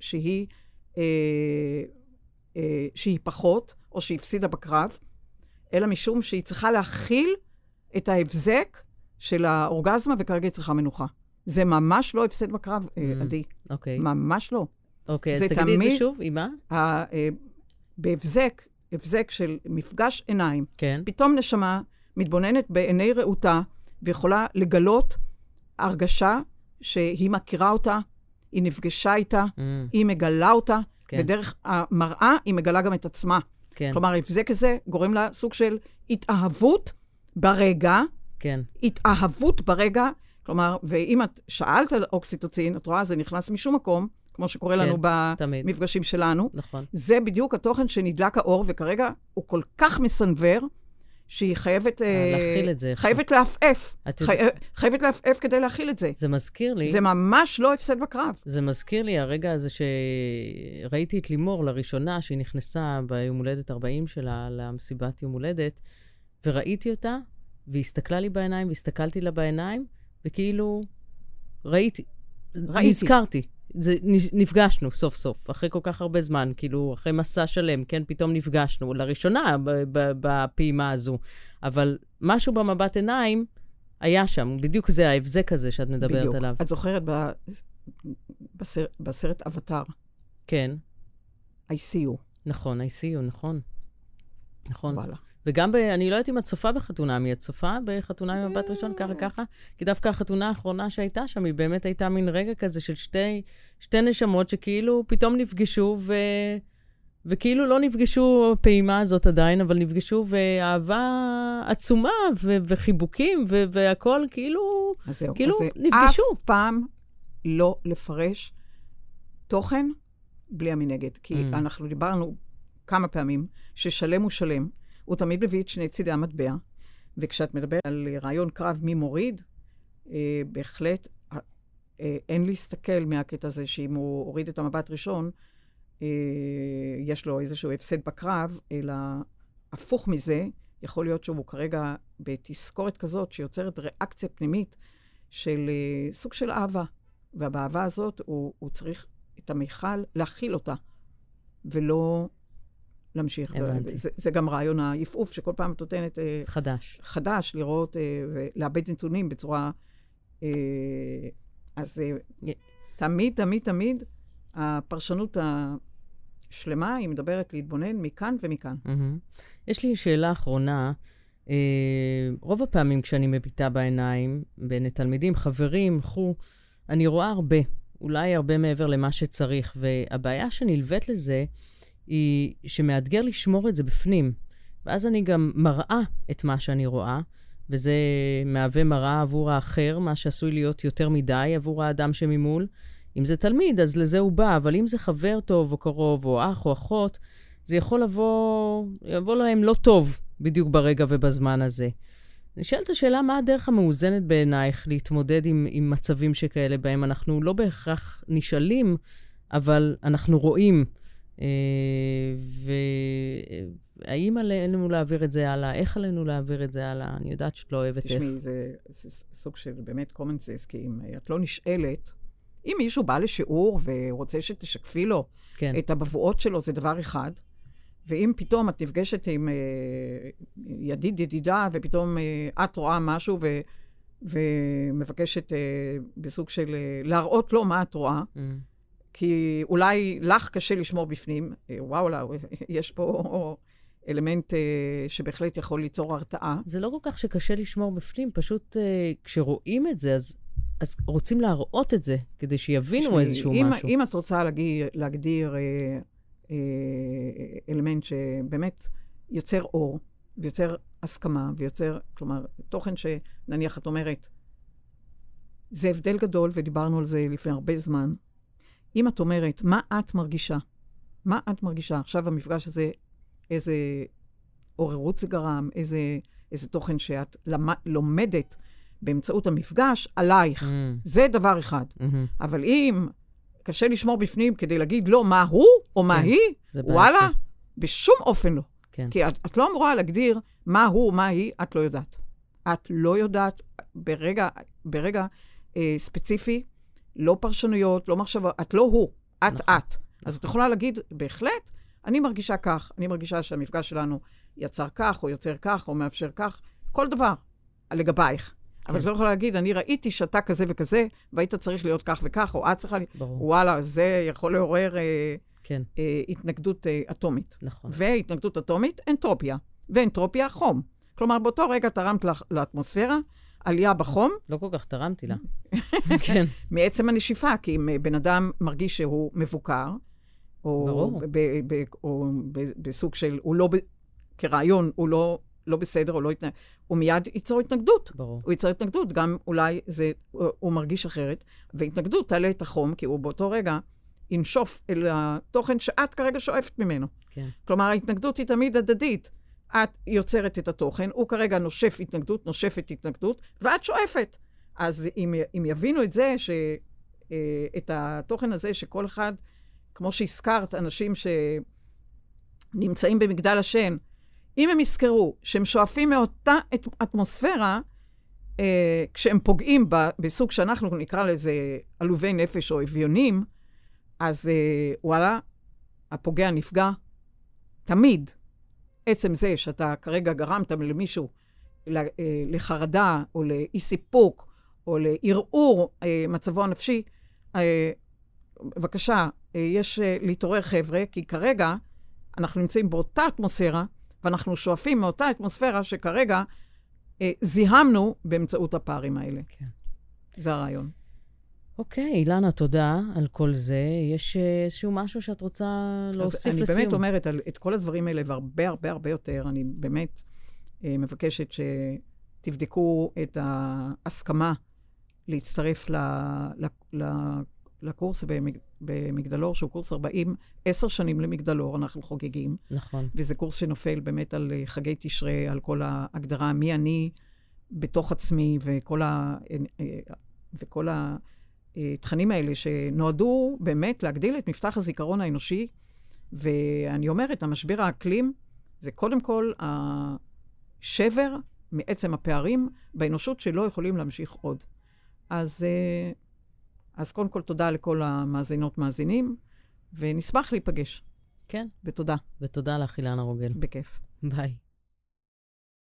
שהיא פחות, או שהיא הפסידה בקרב, אלא משום שהיא צריכה להכיל את ההבזק של האורגזמה, וכרגע היא צריכה מנוחה. זה ממש לא הפסד בקרב, עדי.
אוקיי.
ממש לא.
אוקיי, אז תגידי את זה שוב, עם מה?
בהבזק של מפגש עיניים,
כן.
פתאום נשמה מתבוננת בעיני רעותה, ויכולה לגלות הרגשה שהיא מכירה אותה, היא נפגשה איתה, היא מגלה אותה,
כן.
ודרך המראה היא מגלה גם את עצמה.
כן.
כלומר, ההבזק הזה גורם לה סוג של התאהבות ברגע,
כן.
התאהבות ברגע, כלומר, ואם את שאלת על אוקסיטוצין, את רואה, זה נכנס משום מקום, כמו שקורה לנו במפגשים שלנו.
נכון.
זה בדיוק התוכן שנדלק האור, וכרגע הוא כל כך מסנבר, שהיא חייבת
להכיל את זה.
חייבת להפעף. חייבת להפעף כדי להכיל את זה.
זה מזכיר לי.
זה ממש לא הפסד בקרב.
זה מזכיר לי הרגע הזה שראיתי את לימור לראשונה, שהיא נכנסה ביום הולדת 40 שלה, למסיבת יום הולדת, וראיתי אותה, והיא הסתכלה לי בעיניים, והסתכלתי לה בעיניים, וכאילו ראיתי. נזכרתי. נפגשנו סוף סוף, אחרי כל כך הרבה זמן, כאילו אחרי מסע שלם, כן, פתאום נפגשנו, לראשונה בפעימה הזו, אבל משהו במבט עיניים היה שם, בדיוק זה ההבזק הזה שאת מדברת
בדיוק.
עליו.
את זוכרת בסרט אבטר?
כן.
I see you.
נכון, I see you, נכון. נכון.
וואלה.
וגם אני לא יודעת אם את צופה בחתונה, מי את צופה בחתונה עם מבט ראשון ככה? כי דווקא החתונה האחרונה שהייתה שם, היא באמת הייתה מין רגע כזה של שתי נשמות שכאילו פתאום נפגשו, וכאילו לא נפגשו פעימה הזאת עדיין, אבל נפגשו ואהבה עצומה, וחיבוקים, והכל כאילו נפגשו.
אף פעם לא לפרש תוכן בלי המנגד, כי אנחנו דיברנו כמה פעמים ששלם הוא שלם, הוא תמיד מביא את שני צידי המטבע, וכשאת מדברת על רעיון קרב מי מוריד, בהחלט אין להסתכל מהקטע הזה שאם הוא הוריד את המבט ראשון, יש לו איזשהו הפסד בקרב, אלא הפוך מזה, יכול להיות שהוא כרגע בתזכורת כזאת שיוצרת ריאקציה פנימית של סוג של אהבה, ובאהבה הזאת הוא צריך את המיכל להכיל אותה, ולא להמשיך. זה גם רעיון היפעוף, שכל פעם את נותנת חדש, לראות ולאבד נתונים בצורה... אז תמיד, הפרשנות השלמה, היא מדברת להתבונן מכאן ומכאן.
יש לי שאלה אחרונה. רוב הפעמים כשאני מביטה בעיניים, בין תלמידים, חברים, אני רואה הרבה, אולי הרבה מעבר למה שצריך, והבעיה שנלווית לזה, היא שמאתגר לשמור את זה בפנים. ואז אני גם מראה את מה שאני רואה, וזה מהווה מראה עבור האחר, מה שעשוי להיות יותר מדי עבור האדם שממול. אם זה תלמיד, אז לזה הוא בא, אבל אם זה חבר טוב או קרוב, או אח או אחות, זה יכול לבוא להם לא טוב בדיוק ברגע ובזמן הזה. אני שואלת השאלה, מה הדרך המאוזנת בעינייך להתמודד עם מצבים שכאלה בהם אנחנו לא בהכרח נשאלים, אבל אנחנו רואים, והאם עלינו להעביר את זה הלאה? איך עלינו להעביר את זה הלאה? אני יודעת שאת לא אוהבת איך.
תשמעי, זה סוג של באמת common sense, כי אם את לא נשאלת, אם מישהו בא לשיעור ורוצה שתשקפי לו את הבבואות שלו, זה דבר אחד. ואם פתאום את נפגשת עם ידידה, ופתאום את רואה משהו ומבקשת בסוג של להראות לו מה את רואה, כי אולי לך קשה לשמור בפנים, וואו, יש פה אלמנט שבהחלט יכול ליצור הרתעה.
זה לא כל כך שקשה לשמור בפנים, פשוט כשרואים את זה, אז רוצים להראות את זה, כדי שיבינו איזשהו משהו.
אם את רוצה להגדיר אלמנט שבאמת יוצר אור, ויוצר הסכמה, ויוצר, כלומר, תוכן שנניח את אומרת, זה הבדל גדול, ודיברנו על זה לפני הרבה זמן. אם את אומרת, מה את מרגישה? מה את מרגישה? עכשיו המפגש הזה, איזה עוררות זה גרם, איזה תוכן שאת לומדת באמצעות המפגש עלייך. זה דבר אחד. אבל אם קשה לשמור בפנים כדי להגיד לא מה הוא או מה היא, וואלה, בשום אופן לא. כי את לא אמורה להגדיר מה הוא, מה היא, את לא יודעת. את לא יודעת, ברגע ספציפי, לא פרשנויות, לא מחשבה, את לא הוא, את. אז את יכולה להגיד, בהחלט, אני מרגישה כך, אני מרגישה שהמפגש שלנו יצר כך, או יוצר כך, או מאפשר כך, כל דבר לגבייך. אבל את לא יכולה להגיד, אני ראיתי שאתה כזה וכזה, והיית צריך להיות כך וכך, או את צריכה וואלה, זה יכול לעורר התנגדות אטומית.
נכון.
והתנגדות אטומית, אנטרופיה. ואנטרופיה, חום. כלומר, באותו רגע תרמת לאטמוספירה, עלייה בחום.
לא כל כך תרמתי לה. כן.
מעצם הנשיפה, כי אם בן אדם מרגיש שהוא מבוקר, או בסוג של, כרעיון, הוא לא בסדר, הוא מיד ייצור התנגדות.
ברור.
הוא ייצור התנגדות, גם אולי הוא מרגיש אחרת, והתנגדות תעלה את החום, כי הוא באותו רגע ינשוף אל התוכן שאת כרגע שואפת ממנו.
כן.
כלומר, ההתנגדות היא תמיד הדדית. את יוצרת את התוכן, הוא כרגע נושף התנגדות, נושפת התנגדות, ואת שואפת. אז אם יבינו את זה, את התוכן הזה שכל אחד, כמו שהזכרת, אנשים שנמצאים במגדל השן, אם הם יזכרו שהם שואפים מאותה אטמוספירה, כשהם פוגעים בסוג שאנחנו נקרא לזה עלובי נפש או אביונים, אז וואלה, הפוגע נפגע תמיד. עצם זה שאתה כרגע גרמת למישהו לחרדה או לאי סיפוק או לערעור מצבו הנפשי, בבקשה, יש להתעורר חבר'ה, כי כרגע אנחנו נמצאים באותה אטמוספירה, ואנחנו שואפים מאותה אטמוספירה שכרגע זיהמנו באמצעות הפערים האלה.
כן.
זה הרעיון.
אוקיי, אילנה, תודה על כל זה. יש איזשהו משהו שאת רוצה להוסיף לסיום?
אני באמת אומרת, את כל הדברים האלה, והרבה הרבה הרבה יותר, אני באמת מבקשת שתבדקו את ההסכמה להצטרף לקורס במגדלור, שהוא קורס 10 שנים למגדלור, אנחנו חוגגים.
נכון. וזה
קורס שנופל באמת על חגי תשרי, על כל ההגדרה, מי אני בתוך עצמי, וכל התכנים האלה שנועדו באמת להגדיל את מפתח הזיכרון האנושי, ואני אומרת, המשבר האקלים זה קודם כל השבר מעצם הפערים באנושות שלא יכולים להמשיך עוד. אז קודם כל תודה לכל המאזינות מאזינים, ונשמח להיפגש.
כן.
ותודה.
ותודה לך, אילנה רוגל.
בכיף.
ביי.